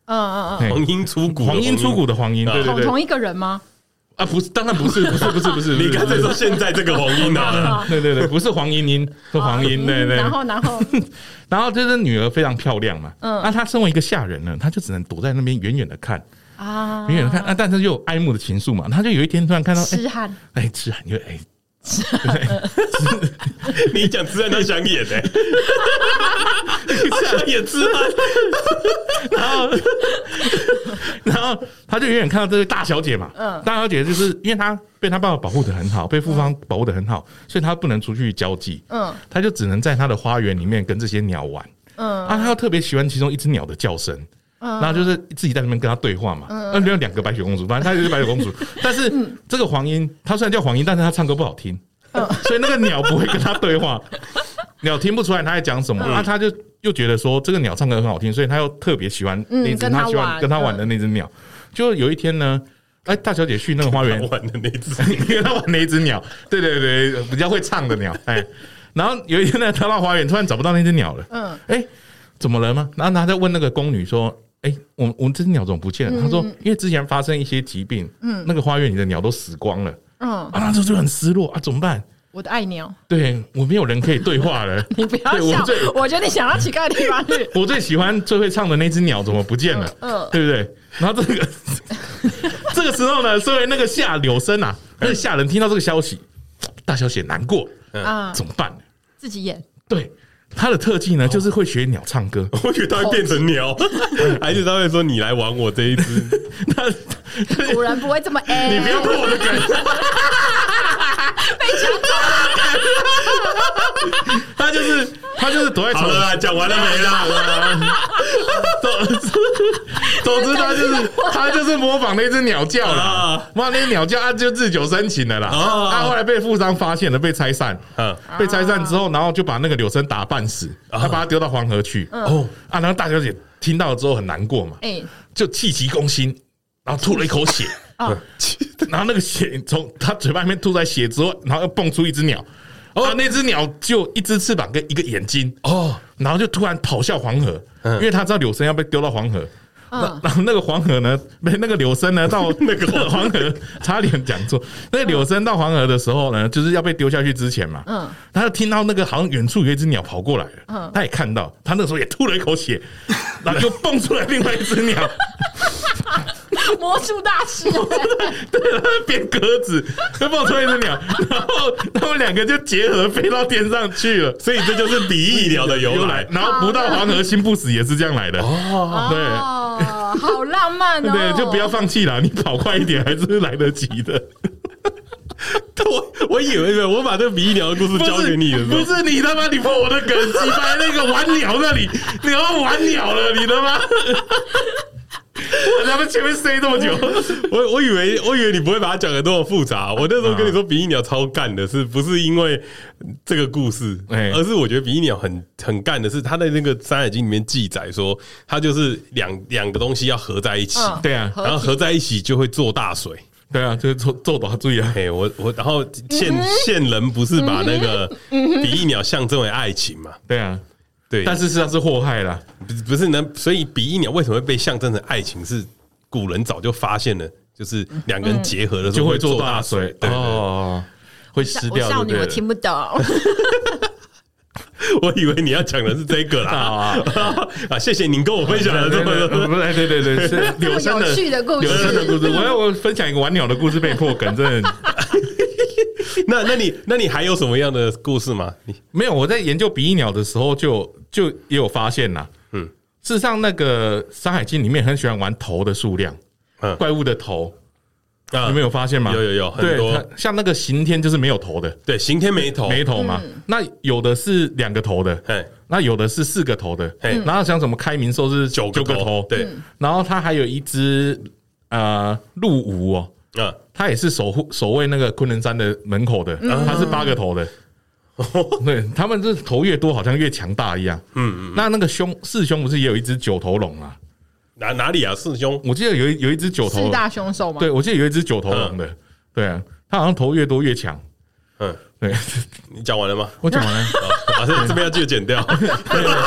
嗯嗯嗯， 黄莺出谷， 黄莺出谷的黄莺，对对对， 同一个人吗？ 啊，不是，当然不是，不是，不是，不是。 你刚才说现在这个黄莺啊， 对对对，不是黄莺莺，是黄莺，对对。 然后，然后， 然后这个女儿非常漂亮嘛，嗯，那她身为一个下人呢，她就只能躲在那边远远的看啊，远远的看啊，但是又有爱慕的情愫嘛，她就有一天突然看到痴汉， 哎，痴汉，因为哎。 你讲痴汉，他想演哎，他想演痴汉， 然后，然后他就远远看到这位大小姐嘛，嗯，大小姐就是因为她被她爸爸保护的很好，被父方保护的很好，所以她不能出去交际，嗯，她就只能在她的花园里面跟这些鸟玩，嗯，啊，她又特别喜欢其中一只鸟的叫声。然后就是自己在那边跟他对话嘛，那有两个白雪公主，反正她就是白雪公主。但是这个黄莺，她虽然叫黄莺，但是她唱歌不好听，所以那个鸟不会跟她对话，鸟听不出来她在讲什么。那她就又觉得说这个鸟唱歌很好听，所以她又特别喜欢那只她喜欢跟她玩的那只鸟。就有一天呢，哎，大小姐去那个花园玩的那只， 跟她玩那一只鸟，对对对，比较会唱的鸟。哎，然后有一天呢，她到花园突然找不到那只鸟了，嗯，哎，怎么了吗？然后她在问那个宫女说。哎、欸，我我这只鸟怎么不见了？嗯、他说，因为之前发生一些疾病，嗯，那个花园里的鸟都死光了，嗯，啊，那时候就很失落啊，怎么办？ 我的爱鸟， 对我没有人可以对话了。 你不要笑，我, 我觉得你想要奇怪的地方去。 我最喜欢、最会唱的那只鸟怎么不见了？嗯，嗯对不对？然后这个这个时候呢，作为那个下柳生啊，那个下人听到这个消息，大小姐难过，嗯，怎么办呢？ 自己演， 对。他的特技呢，就是会学鸟唱歌。 我以为他会变成鸟，还是他会说：“你来玩我这一只。” 果然不会这么 A。 你不要破我的梗， 被抢走了。 他就是他就是躲在好了啦，讲完了没啦？ 总之他就是他就是模仿那只鸟叫了，模仿那只鸟叫，他就日久生情了啦。他后来被富商发现了，被拆散。被拆散之后，然后就把那个柳生打半死，他把他丢到黄河去。哦啊，然后大小姐听到了之后很难过嘛，就气急攻心，然后吐了一口血。然后那个血从他嘴巴里面吐出来血之后，然后又蹦出一只鸟。哦，那只鸟就一只翅膀跟一个眼睛哦，然后就突然跑向黄河，因为他知道柳生要被丢到黄河。嗯、然后那个黄河呢，那个柳生呢，到那个黄河差点讲错。那个柳生到黄河的时候呢，就是要被丢下去之前嘛，嗯，他就听到那个好像远处有一只鸟跑过来了，嗯，他也看到，他那时候也吐了一口血，然后就蹦出来另外一只鸟。 魔术大师， 对，他变鸽子，就蹦出来一只鸟，然后他们两个就结合飞到天上去了， 所以这就是比翼鸟的由来。 然后不到黄河心不死也是这样来的哦，对， 哦，好浪漫哦， 对，就不要放弃了，你跑快一点还是来得及的。 我我以为我把这个比翼鸟的故事交给你了， 不是你他妈你破我的梗，击败那个玩鸟那里，你要玩鸟了，你他妈！我在他们前面塞这么久， 我我以为我以为你不会把它讲的那么复杂。我那时候跟你说比翼鸟超干的，是不是因为这个故事？而是我觉得比翼鸟很很干的是，他在那个《山海经》里面记载说，它就是两两个东西要合在一起， 对啊， 然后合在一起就会做大水。 对啊，就是做做大水啊！ 哎，我我然后现现人不是把那个比翼鸟象征为爱情嘛？ 对啊。 对， 但是实际上是祸害啦， 不是呢？所以比翼鸟为什么会被象征成爱情？是古人早就发现了，就是两个人结合的时候就会做大水，对哦，会湿掉。 少女我听不懂， 我以为你要讲的是这个啦啊！谢谢您跟我分享的这么多， 对对对，是柳生的有趣的故事， 柳生的故事。我要我分享一个玩鸟的故事被破梗，真的。 那那你那你还有什么样的故事吗？你没有？我在研究比翼鸟的时候就，就就也有发现呐。嗯，事实上，那个《山海经》里面很喜欢玩头的数量，嗯，怪物的头，啊，你们有发现吗？ 有有有，很多。 像那个刑天就是没有头的， 对，刑天没头， 没头嘛。嗯、那有的是两个头的，那有的是四个头的，然后像什么开明兽是九个头， 对， 然后它还有一只呃鹿吴哦。啊，他也是守护守卫那个昆仑山的门口的，嗯、他是八个头的，对他们这头越多，好像越强大一样。嗯嗯，那那个兄四兄不是也有一只九头龙啊？ 哪哪里啊？四兄， 我记得有一有一只九头四大凶兽吗？ 对，我记得有一只九头龙的，嗯、对啊，他好像头越多越强。嗯，对， 你讲完了吗？ 我讲完了， 啊，这边要记得剪掉。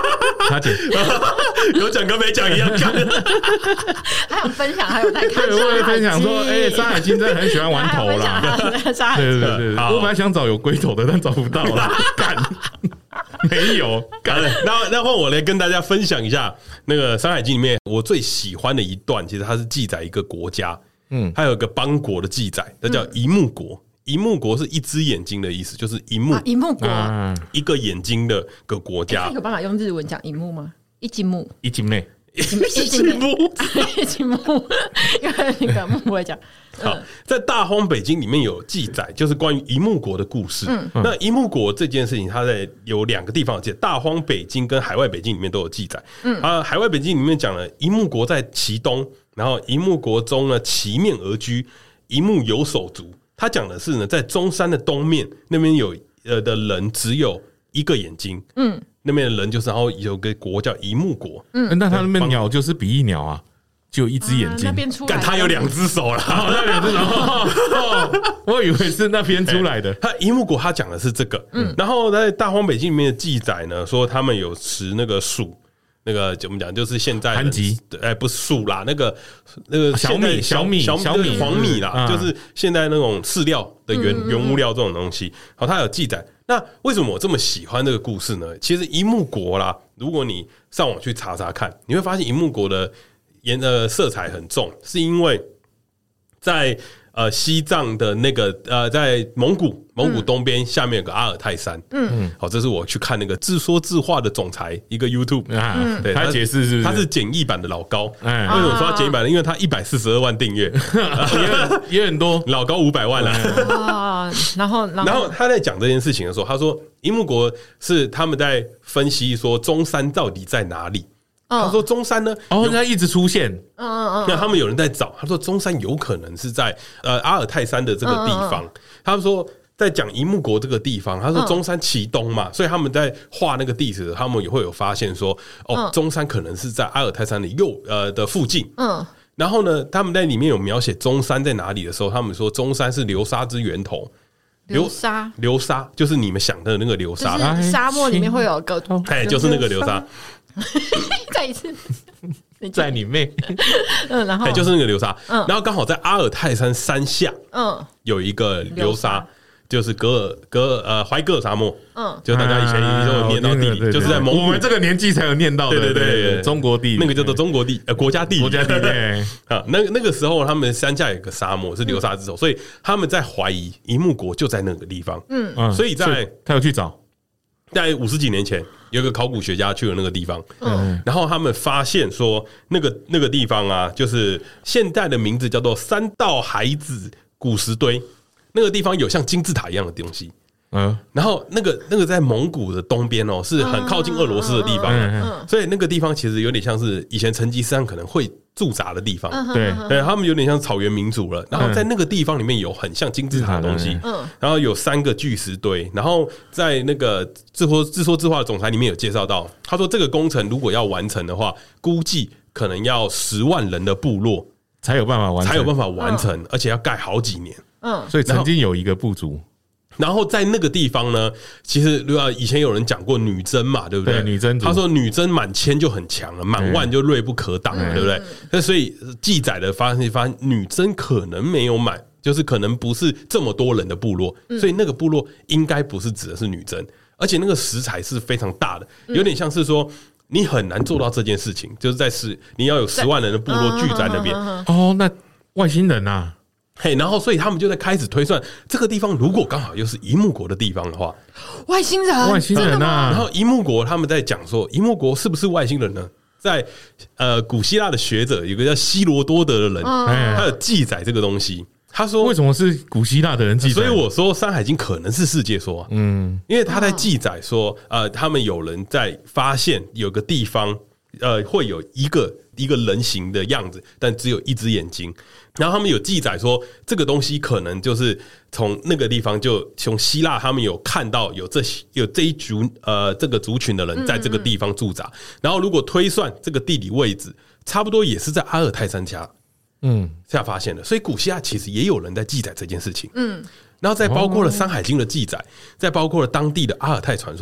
差点有讲跟没讲一样。 还有分享，还有在看。 对，我也分享说，哎、欸，山海经真的很喜欢玩头啦。对对对，我本来想找有龟头的，但找不到啦。干，没有干。 那那换我来跟大家分享一下那个《山海经》里面我最喜欢的一段，其实它是记载一个国家，嗯，还有一个邦国的记载，那叫一目国。一目国是一只眼睛的意思，就是一目一目国， 一个眼睛的个国家。 有办法用日文讲一目吗？一金目， 一金内。 一金目， 一金目，因为那个木不会讲。 好，在《大荒北经》里面有记载，就是关于一目国的故事。嗯，那一目国这件事情，它在有两个地方有记载，《大荒北经》跟《海外北经》里面都有记载。嗯，啊，《海外北经》里面讲了一目国在其东，然后一目国中呢齐面而居，一目有手足。他讲的是呢，在中山的东面那边有呃的人只有一个眼睛。嗯。那边的人就是，然后有个国叫一目国， 嗯，那他那边鸟就是比翼鸟啊，就有一只眼睛， 那边出来， 但他有两只手啦， 那两只手，我以为是那边出来的。 他一目国他讲的是这个，嗯，然后在《大荒北经》里面的记载呢，说他们有持那个鼠。那个怎么讲？就是现在韩籍， 哎，不是鼠啦，那个那个小米、小米、 小小米、 黄米啦，就是现在那种饲料的原原物料这种东西。好，它有记载。那为什么我这么喜欢这个故事呢？其实一目国啦，如果你上网去查查看，你会发现一目国的颜呃色彩很重，是因为在呃西藏的那个呃在蒙古蒙古东边下面有个阿尔泰山，嗯，好，这是我去看那个自说自话的总裁一个 YouTube 啊，对， 他解释是不是他是简易版的老高，为什么说他简易版呢？因为他一百四十二万订阅， 也很多， 老高五百万了啊。然后然后他在讲这件事情的时候，他说一目国是他们在分析说中山到底在哪里。他说中山呢， 哦，他一直出现， 嗯嗯嗯， 那他们有人在找，他说中山有可能是在呃阿尔泰山的这个地方。他们说在讲一目国这个地方，他说中山其东嘛，所以他们在画那个地址，他们也会有发现说，哦，中山可能是在阿尔泰山的右呃的附近，嗯。然后呢，他们在里面有描写中山在哪里的时候，他们说中山是流沙之源头。 流沙， 流沙就是你们想的那个流沙， 就是沙漠里面会有个， 哎，就是那个流沙。 再一次， 在里面， 嗯，然后就是那个流沙，嗯，然后刚好在阿尔泰山山下，嗯，有一个流沙，就是格尔格尔呃怀格尔沙漠，嗯，就大家以前都有念到地理，就是在蒙古， 我们这个年纪才有念到的， 对对对， 中国地理， 那个叫做中国地呃国家地理， 国家地理啊，那那个时候他们山下有个沙漠是流沙之首，所以他们在怀疑一目国就在那个地方，嗯，所以在他有去找。 在五十几年前，有一个考古学家去了那个地方，嗯，然后他们发现说，那个那个地方啊，就是现在的名字叫做三道海子古石堆，那个地方有像金字塔一样的东西，嗯，然后那个那个在蒙古的东边哦，是很靠近俄罗斯的地方，嗯，所以那个地方其实有点像是以前成吉思汗可能会驻扎的地方， 对， 对，他们有点像草原民族了。然后在那个地方里面有很像金字塔的东西，嗯，然后有三个巨石堆，然后在那个自说自说自话的总裁里面有介绍到，他说这个工程如果要完成的话，估计可能要十万人的部落才有办法完成， 才有办法完成，而且要盖好几年， 嗯，所以曾经有一个部族。 然后在那个地方呢，其实以前有人讲过女真嘛，对不对？ 对，女真， 他说女真满千就很强了，满万就锐不可挡了，对不对？那所以记载的发现，发现女真可能没有满，就是可能不是这么多人的部落，所以那个部落应该不是指的是女真，而且那个石材是非常大的，有点像是说你很难做到这件事情，就是在十你要有十万人的部落聚在那边。 哦，那外星人啊。 嘿，然后所以他们就在开始推算这个地方，如果刚好又是一目国的地方的话， 外星人， 外星人啊！ 然后一目国他们在讲说，一目国是不是外星人呢？在呃古希腊的学者有个叫希罗多德的人，他有记载这个东西。他说为什么是古希腊的人记载？ 所以我说《山海经》可能是世界说，嗯，因为他在记载说，呃，他们有人在发现有个地方，呃，会有一个一个人形的样子，但只有一只眼睛。然后他们有记载说，这个东西可能就是从那个地方，就从希腊，他们有看到有这有这一族呃这个族群的人在这个地方驻扎。然后如果推算这个地理位置，差不多也是在阿尔泰山下，嗯，下发现的。所以古希腊其实也有人在记载这件事情，嗯。然后再包括了《山海经》的记载，再包括了当地的阿尔泰传说，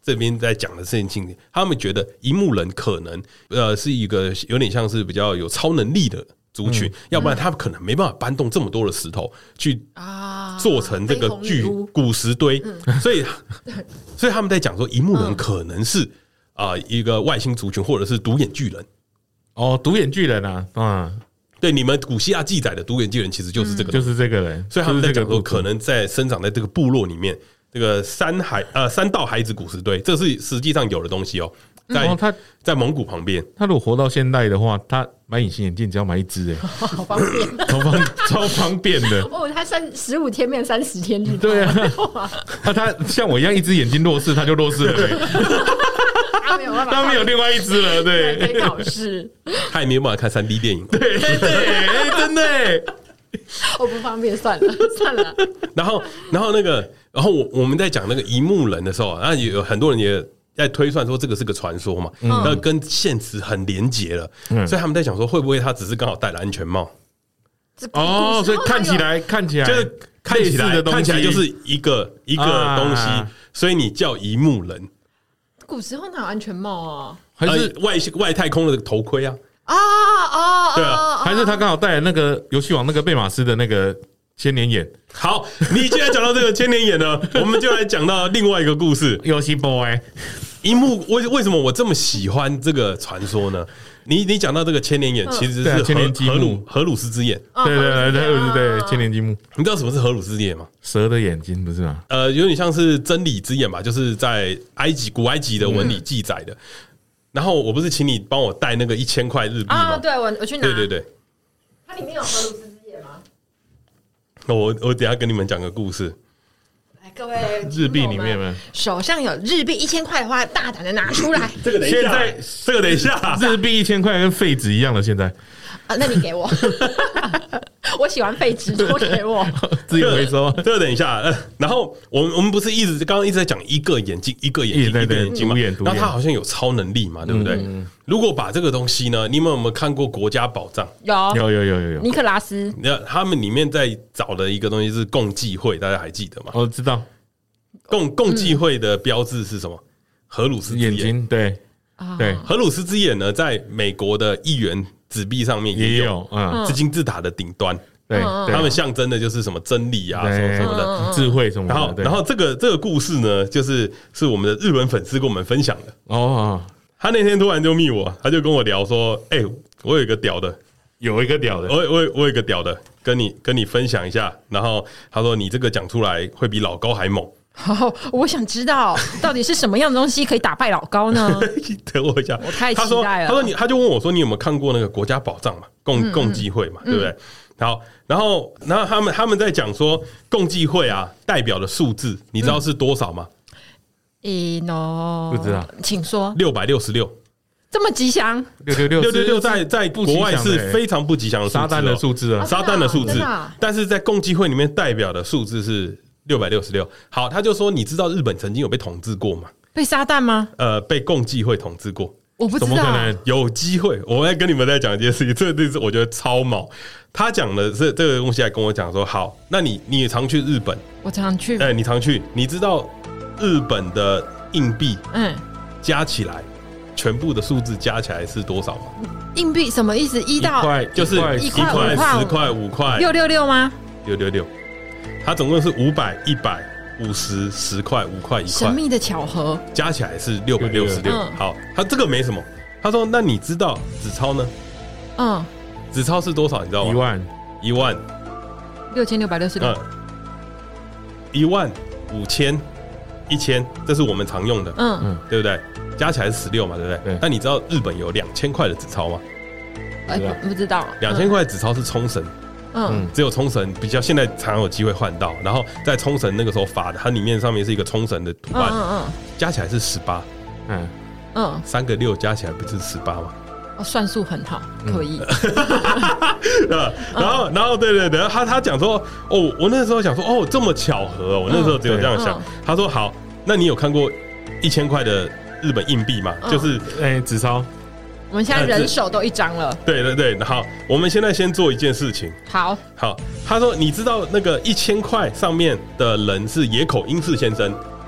这边在讲的事情，他们觉得萤幕人可能呃是一个有点像是比较有超能力的族群，嗯、要不然他可能没办法搬动这么多的石头去做成这个巨古石堆，嗯、所以所以他们在讲说，萤幕人可能是啊、呃、一个外星族群，或者是独眼巨人。 哦，独眼巨人啊，嗯。 对，你们古希腊记载的独眼巨人其实就是这个、嗯， 就是这个人， 所以他们在讲说，可能在生长在这个部落里面，这个三海呃三道孩子古石堆，这是实际上有的东西哦，在、嗯、他在蒙古旁边。 他如果活到现代的话，他买隐形眼镜只要买一只，哎， 好方便， 超方超方便的。 哦，他三十五天变三十天， 对啊，他他像我一样，一只眼睛弱视，他就弱视了。 他没有办法， 他没有另外一只了，对， 可以考试， 他也没有办法看三 D 电影， 对对对，真的， 我不方便，算了算了。 然后，然后那个，然后我我们在讲那个萤幕人的时候，啊，有很多人也在推算说这个是个传说嘛，那、嗯、跟现实很连结了、嗯，所以他们在讲说会不会他只是刚好戴了安全帽？ 哦，所以看起来看起来就是看起来看起来就是一个一个东西、啊，所以你叫萤幕人。 古时候哪有安全帽啊？ 还是外外太空的头盔啊？ 啊啊！ 对啊， 还是他刚好戴了那个游戏王那个贝马斯的那个千年眼。 好，你既然讲到这个千年眼呢，我们就来讲到另外一个故事。 游戏 boy， 萤幕为为什么我这么喜欢这个传说呢？你你讲到这个千年眼，其实是千年积木荷鲁斯之眼。 对对对对对，千年积木。 你知道什么是荷鲁斯之眼吗？ 蛇的眼睛不是吗？ 呃，有点像是真理之眼吧，就是在埃及古埃及的文里记载的。然后我不是请你帮我带那个一千块日币吗？ 啊，对，我我去拿。 对对对， 它里面有荷鲁斯之眼吗？ 我我等一下跟你们讲个故事。 各位日币里面吗？ 手上有日币一千块的话，大胆的拿出来。 这个等一下，现在这个等一下， 日币一千块跟废纸一样了。现在啊，那你给我，我喜欢废纸，多给我， 自由回收。 这个等一下，呃、然后我们我们不是一直刚刚一直在讲一个眼睛，一个眼睛，一个眼睛嘛？然后他好像有超能力嘛，对不对？嗯、如果把这个东西呢，你们有没有看过《国家宝藏》？ 有有有有有有。 尼克拉斯， 他们里面在找的一个东西是共济会，大家还记得吗？ 我知道。 共共济会的标志是什么？荷鲁斯之眼。 眼睛，对对。 荷鲁斯之眼呢，在美国的一元纸币上面也有，嗯，是金字塔的顶端。 对， 他们象征的就是什么真理啊，什么什么的智慧什么的。 然后，然后这个这个故事呢，就是是我们的日本粉丝跟我们分享的。哦，他那天突然就密我，他就跟我聊说：“哎、欸，我有一个屌的， 有一个屌的， 我我我有一个屌的，跟你跟你分享一下。”然后他说：“你这个讲出来会比老高还猛。” 好，我想知道到底是什么样的东西可以打败老高呢？ 等我一下， 我太期待了。 他说：“你，他就问我说，你有没有看过那个国家宝藏嘛？共共济会嘛，对不对？好，然后，然后他们他们在讲说，共济会啊，代表的数字，你知道是多少吗？ 咦 no， 不知道， 请说。 六百六十六， 这么吉祥？ 六六六六六六，在在国外是非常不吉祥的撒旦的数字啊， 撒旦的数字。但是在共济会里面代表的数字是。六百六十六，好，他就说，你知道日本曾经有被统治过吗？ 被撒旦吗？ 呃，被共济会统治过， 我不知道， 怎么可能？有机会，我在跟你们在讲一件事情，这这是我觉得超毛。他讲的是这个东西，还跟我讲说，好，那你你也常去日本， 我常去， 哎、欸，你常去，你知道日本的硬币，嗯，加起来全部的数字加起来是多少吗？ 硬币什么意思？一到块就是一块、十块、五块， 六六六吗？ 六六六。它总共是五百、一百、五十、十块、五块、一块， 神秘的巧合， 加起来是六百六十六。好，他这个没什么。他说：“那你知道纸钞呢？嗯，纸钞是多少？你知道吗？ 一万， 一万， 六千六百六十六， 一万五千，一千，这是我们常用的，嗯嗯，对不对？加起来是十六嘛，对不对？对。那你知道日本有两千块的纸钞吗？ 哎，不知道。 两千块纸钞是冲绳。”嗯，只有冲绳比较现在常有机会换到，然后在冲绳那个时候发的，它里面上面是一个冲绳的图案，嗯嗯，加起来是十八，嗯嗯，三个六加起来不是十八吗？ 哦，算术很好，可以。 嗯、然后，然后，对对对，他他讲说，哦，我那时候想说，哦，这么巧合、哦，我那时候只有这样想。嗯、他说好，那你有看过一千块的日本硬币吗？嗯、就是哎纸钞。 我们现在人手都一张了。 对对对，好，我们现在先做一件事情。 好， 好，他说，你知道那个一千块上面的人是野口英世先生，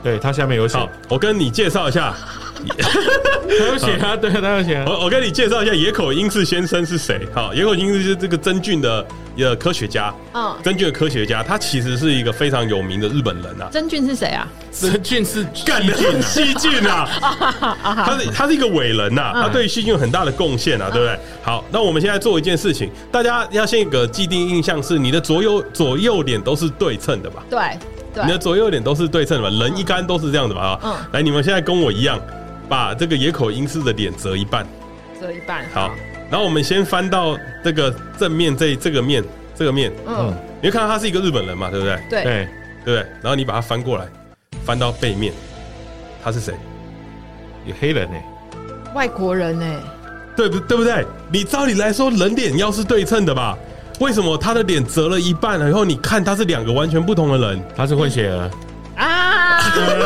对，它下面有写。 好，我跟你介绍一下。 他有写啊，对，他有写啊。 我我跟你介绍一下野口英世先生是谁。好，野口英世就是这个真菌的呃科学家。嗯，真菌的科学家，他其实是一个非常有名的日本人啊。 真菌是谁啊？ 真菌是干的细菌啊，他是他是一个伟人呐、啊，他对细菌有很大的贡献啊，对不对？好，那我们现在做一件事情，大家要先一个既定印象是，你的左右左右脸都是对称的吧？ 对。 你的左右脸都是对称的吧？人一般都是这样的吧？嗯，来，你们现在跟我一样，把这个野口英世的脸折一半， 折一半。 好，然后我们先翻到这个正面这这个面，这个面，嗯，你会看到他是一个日本人嘛，对不对？ 对， 对不对？然后你把它翻过来，翻到背面，他是谁？ 有黑人呢、欸， 外国人呢、欸？ 对不对不对？你照理来说，人脸要是对称的吧？为什么他的脸折了一半了以后，你看他是两个完全不同的人？ 他是混血儿啊！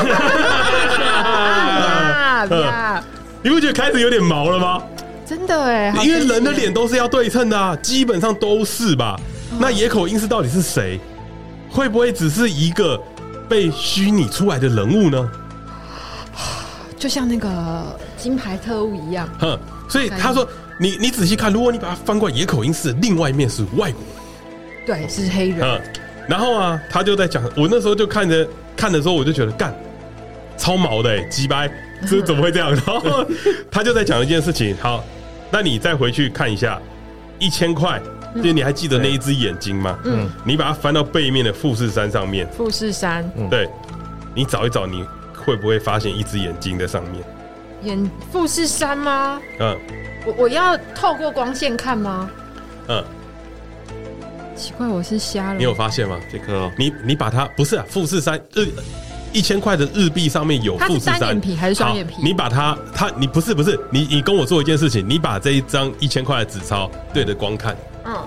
你不觉得开始有点毛了吗？ 真的哎， 因为人的脸都是要对称的啊，基本上都是吧。那野口英世到底是谁？会不会只是一个被虚拟出来的人物呢？ 就像那个金牌特务一样。 哼，所以他说。你你仔细看，如果你把它翻过来，野口英世的另外一面是外国人， 对，是黑人。嗯， 然后啊，他就在讲，我那时候就看着看的时候，我就觉得干超毛的、欸，鸡掰，这怎么会这样？然后他就在讲一件事情。好，那你再回去看一下，一千块，就你还记得那一只眼睛吗？嗯，你把它翻到背面的富士山上面， 富士山， 嗯、对，你找一找，你会不会发现一只眼睛在上面？ 眼富士山吗？嗯。我我要透过光线看吗？嗯，奇怪，我是瞎了。 你有发现吗？ 这颗、哦， 你你把它不是啊，富士山日一千块的日币上面有富士山， 它是单眼皮还是双眼皮？ 你把它，它你不是不是你你跟我做一件事情，你把这一张一千块的纸钞对着光看，嗯，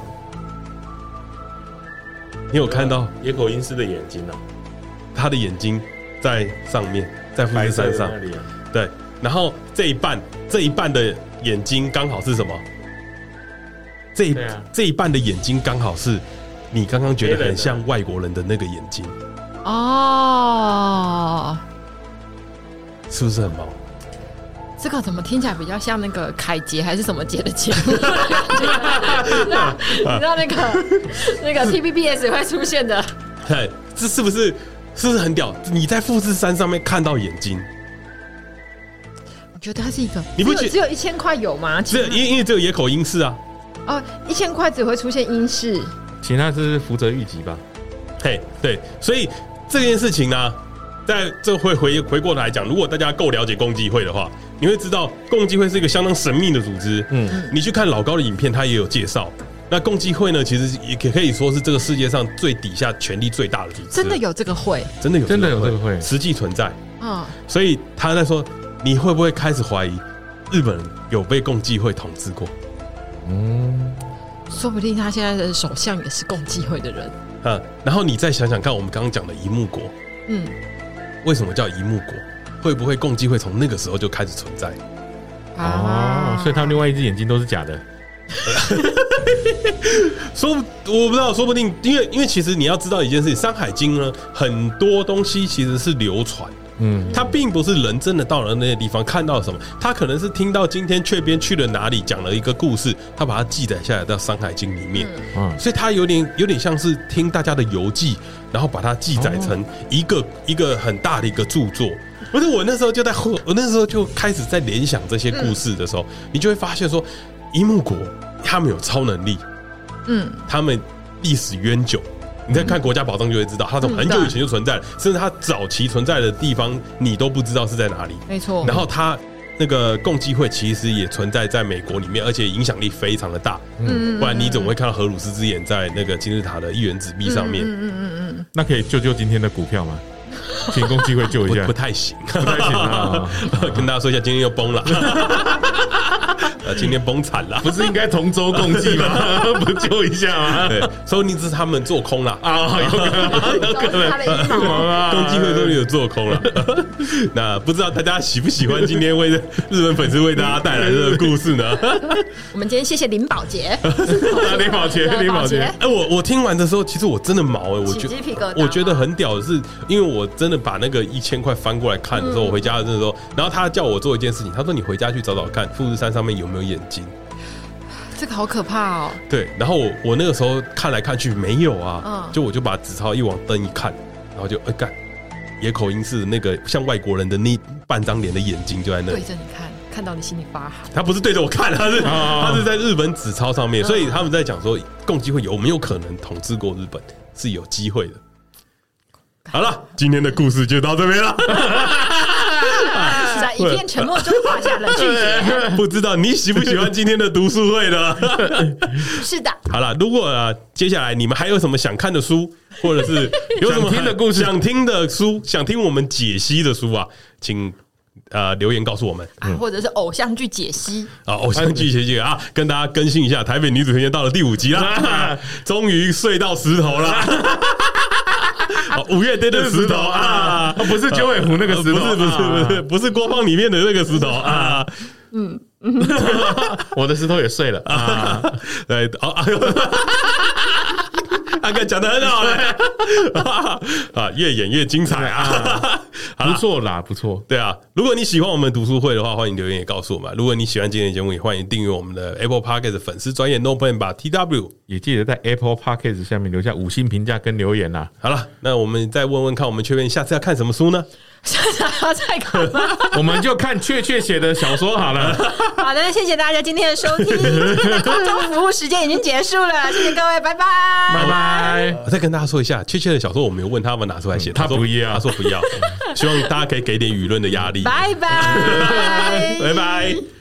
你有看到野口英世的眼睛啊？ 他的眼睛在上面，在富士山上，那里啊、对，然后这一半这一半的。眼睛刚好是什么？这一、啊、这一半的眼睛刚好是你刚刚觉得很像外国人的那个眼睛哦，是不是很毛？ 这个怎么听起来比较像那个凯杰还是什么节的节目？你知道你知道那个那个 T V B S 会出现的？ 对，这是不是是不是很屌？你在富士山上面看到眼睛。 我觉得它是一个， 你不觉得只有一千块有吗？ 只有因为只有野口英世啊。 哦，一千块只会出现英式， 其他是福泽谕吉吧？ 嘿，对，所以这件事情呢，在这会回回过头来讲，如果大家够了解共济会的话，你会知道共济会是一个相当神秘的组织。嗯，你去看老高的影片，他也有介绍。那共济会呢，其实也可以说是这个世界上最底下权力最大的组织。 真的有这个会？ 真的有， 真的有这个会， 实际存在。嗯，所以他在说。你会不会开始怀疑日本人有被共济会统治过？ 嗯，说不定他现在的首相也是共济会的人。 嗯，然后你再想想看，我们刚刚讲的一木国，嗯，为什么叫一木国？会不会共济会从那个时候就开始存在？ 啊，哦、所以他们另外一只眼睛都是假的。 说我不知道，说不定因为因为其实你要知道一件事情，《山海经》呢，很多东西其实是流传。嗯，他并不是人真的到了那些地方看到什么，他可能是听到今天雀边去了哪里，讲了一个故事，他把它记载下来到《山海经》里面，嗯，所以他有点有点像是听大家的游记，然后把它记载成一个、哦、一个很大的一个著作。不是我那时候就在，我那时候就开始在联想这些故事的时候，嗯、你就会发现说，一木国他们有超能力，嗯，他们历史悠久。你在看国家宝藏就会知道，它从很久以前就存在了，甚至它早期存在的地方你都不知道是在哪里。 没错。 然后它那个共济会其实也存在在美国里面，而且影响力非常的大。嗯，不然你怎么会看到荷鲁斯之眼在那个金字塔的一元纸币上面？嗯嗯嗯嗯。那可以救救今天的股票吗？请共济会救一下。 不, 不太行， 不太行啊！ 跟大家说一下，今天又崩了。呃，今天崩惨了， 不是应该同舟共济吗？不救一下吗？ 对，说不定是他们做空了啊，有可能，有可能， 共济会说你有做空了。那不知道大家喜不喜欢今天为日本粉丝为大家带来的故事呢？ 我们今天谢谢林宝杰， 林宝杰，林宝杰。 哎，我我听完的时候，其实我真的毛哎，我觉得我觉得很屌的是，因为我真真的把那个一千块翻过来看的时候，我回家的时候，然后他叫我做一件事情，他说你回家去找找看富士山上面有没有眼睛。 这个好可怕哦。 对，然后我我那个时候看来看去没有啊， 嗯就我就把纸钞一往灯一看，然后就哎干，野口英世那个像外国人的那半张脸的眼睛就在那里对着你看，看到你心里发寒。 他不是对着我看，他是他是在日本纸钞上面，所以他们在讲说共机会有没有可能统治过日本，是有机会的。好了，今天的故事就到这边了。 在一片沉默中画下了句点。 不知道你喜不喜欢今天的读书会呢？ 是的。 好了，如果、呃、接下来你们还有什么想看的书，或者是有什么想听的故事、 想听的书、想听我们解析的书啊，请呃留言告诉我们， 啊、或者是偶像剧解析啊，偶像剧解析啊，跟大家更新一下，台北女子推荐到了第五集啦，终于睡到石头了。五月天的石头啊， 不是九尾狐那个石头， 不是不是不是不是郭放里面的那个石头啊。 嗯， 我的石头也睡了啊。 对，哦，阿哥讲得很好嘞，啊，越演越精彩啊， 不错啦，不错。 对啊，如果你喜欢我们读书会的话，欢迎留言也告诉我们。如果你喜欢今天的节目，也欢迎订阅我们的 Apple Podcast 粉丝专页 No Plan 吧 T W， 也记得在 Apple Podcast 下面留下五星评价跟留言啦。 好了，那我们再问问看，我们确认下次要看什么书呢？ 要再看吗？ 我们就看雀雀写的小说好了。 好的，谢谢大家今天的收听，今天的空中服务时间已经结束了，谢谢各位，拜拜， 拜拜。 我再跟大家说一下，确切的小说我没有问他们拿出来写， 他不要， 他说不要，希望大家可以给点舆论的压力。 拜拜， 拜拜。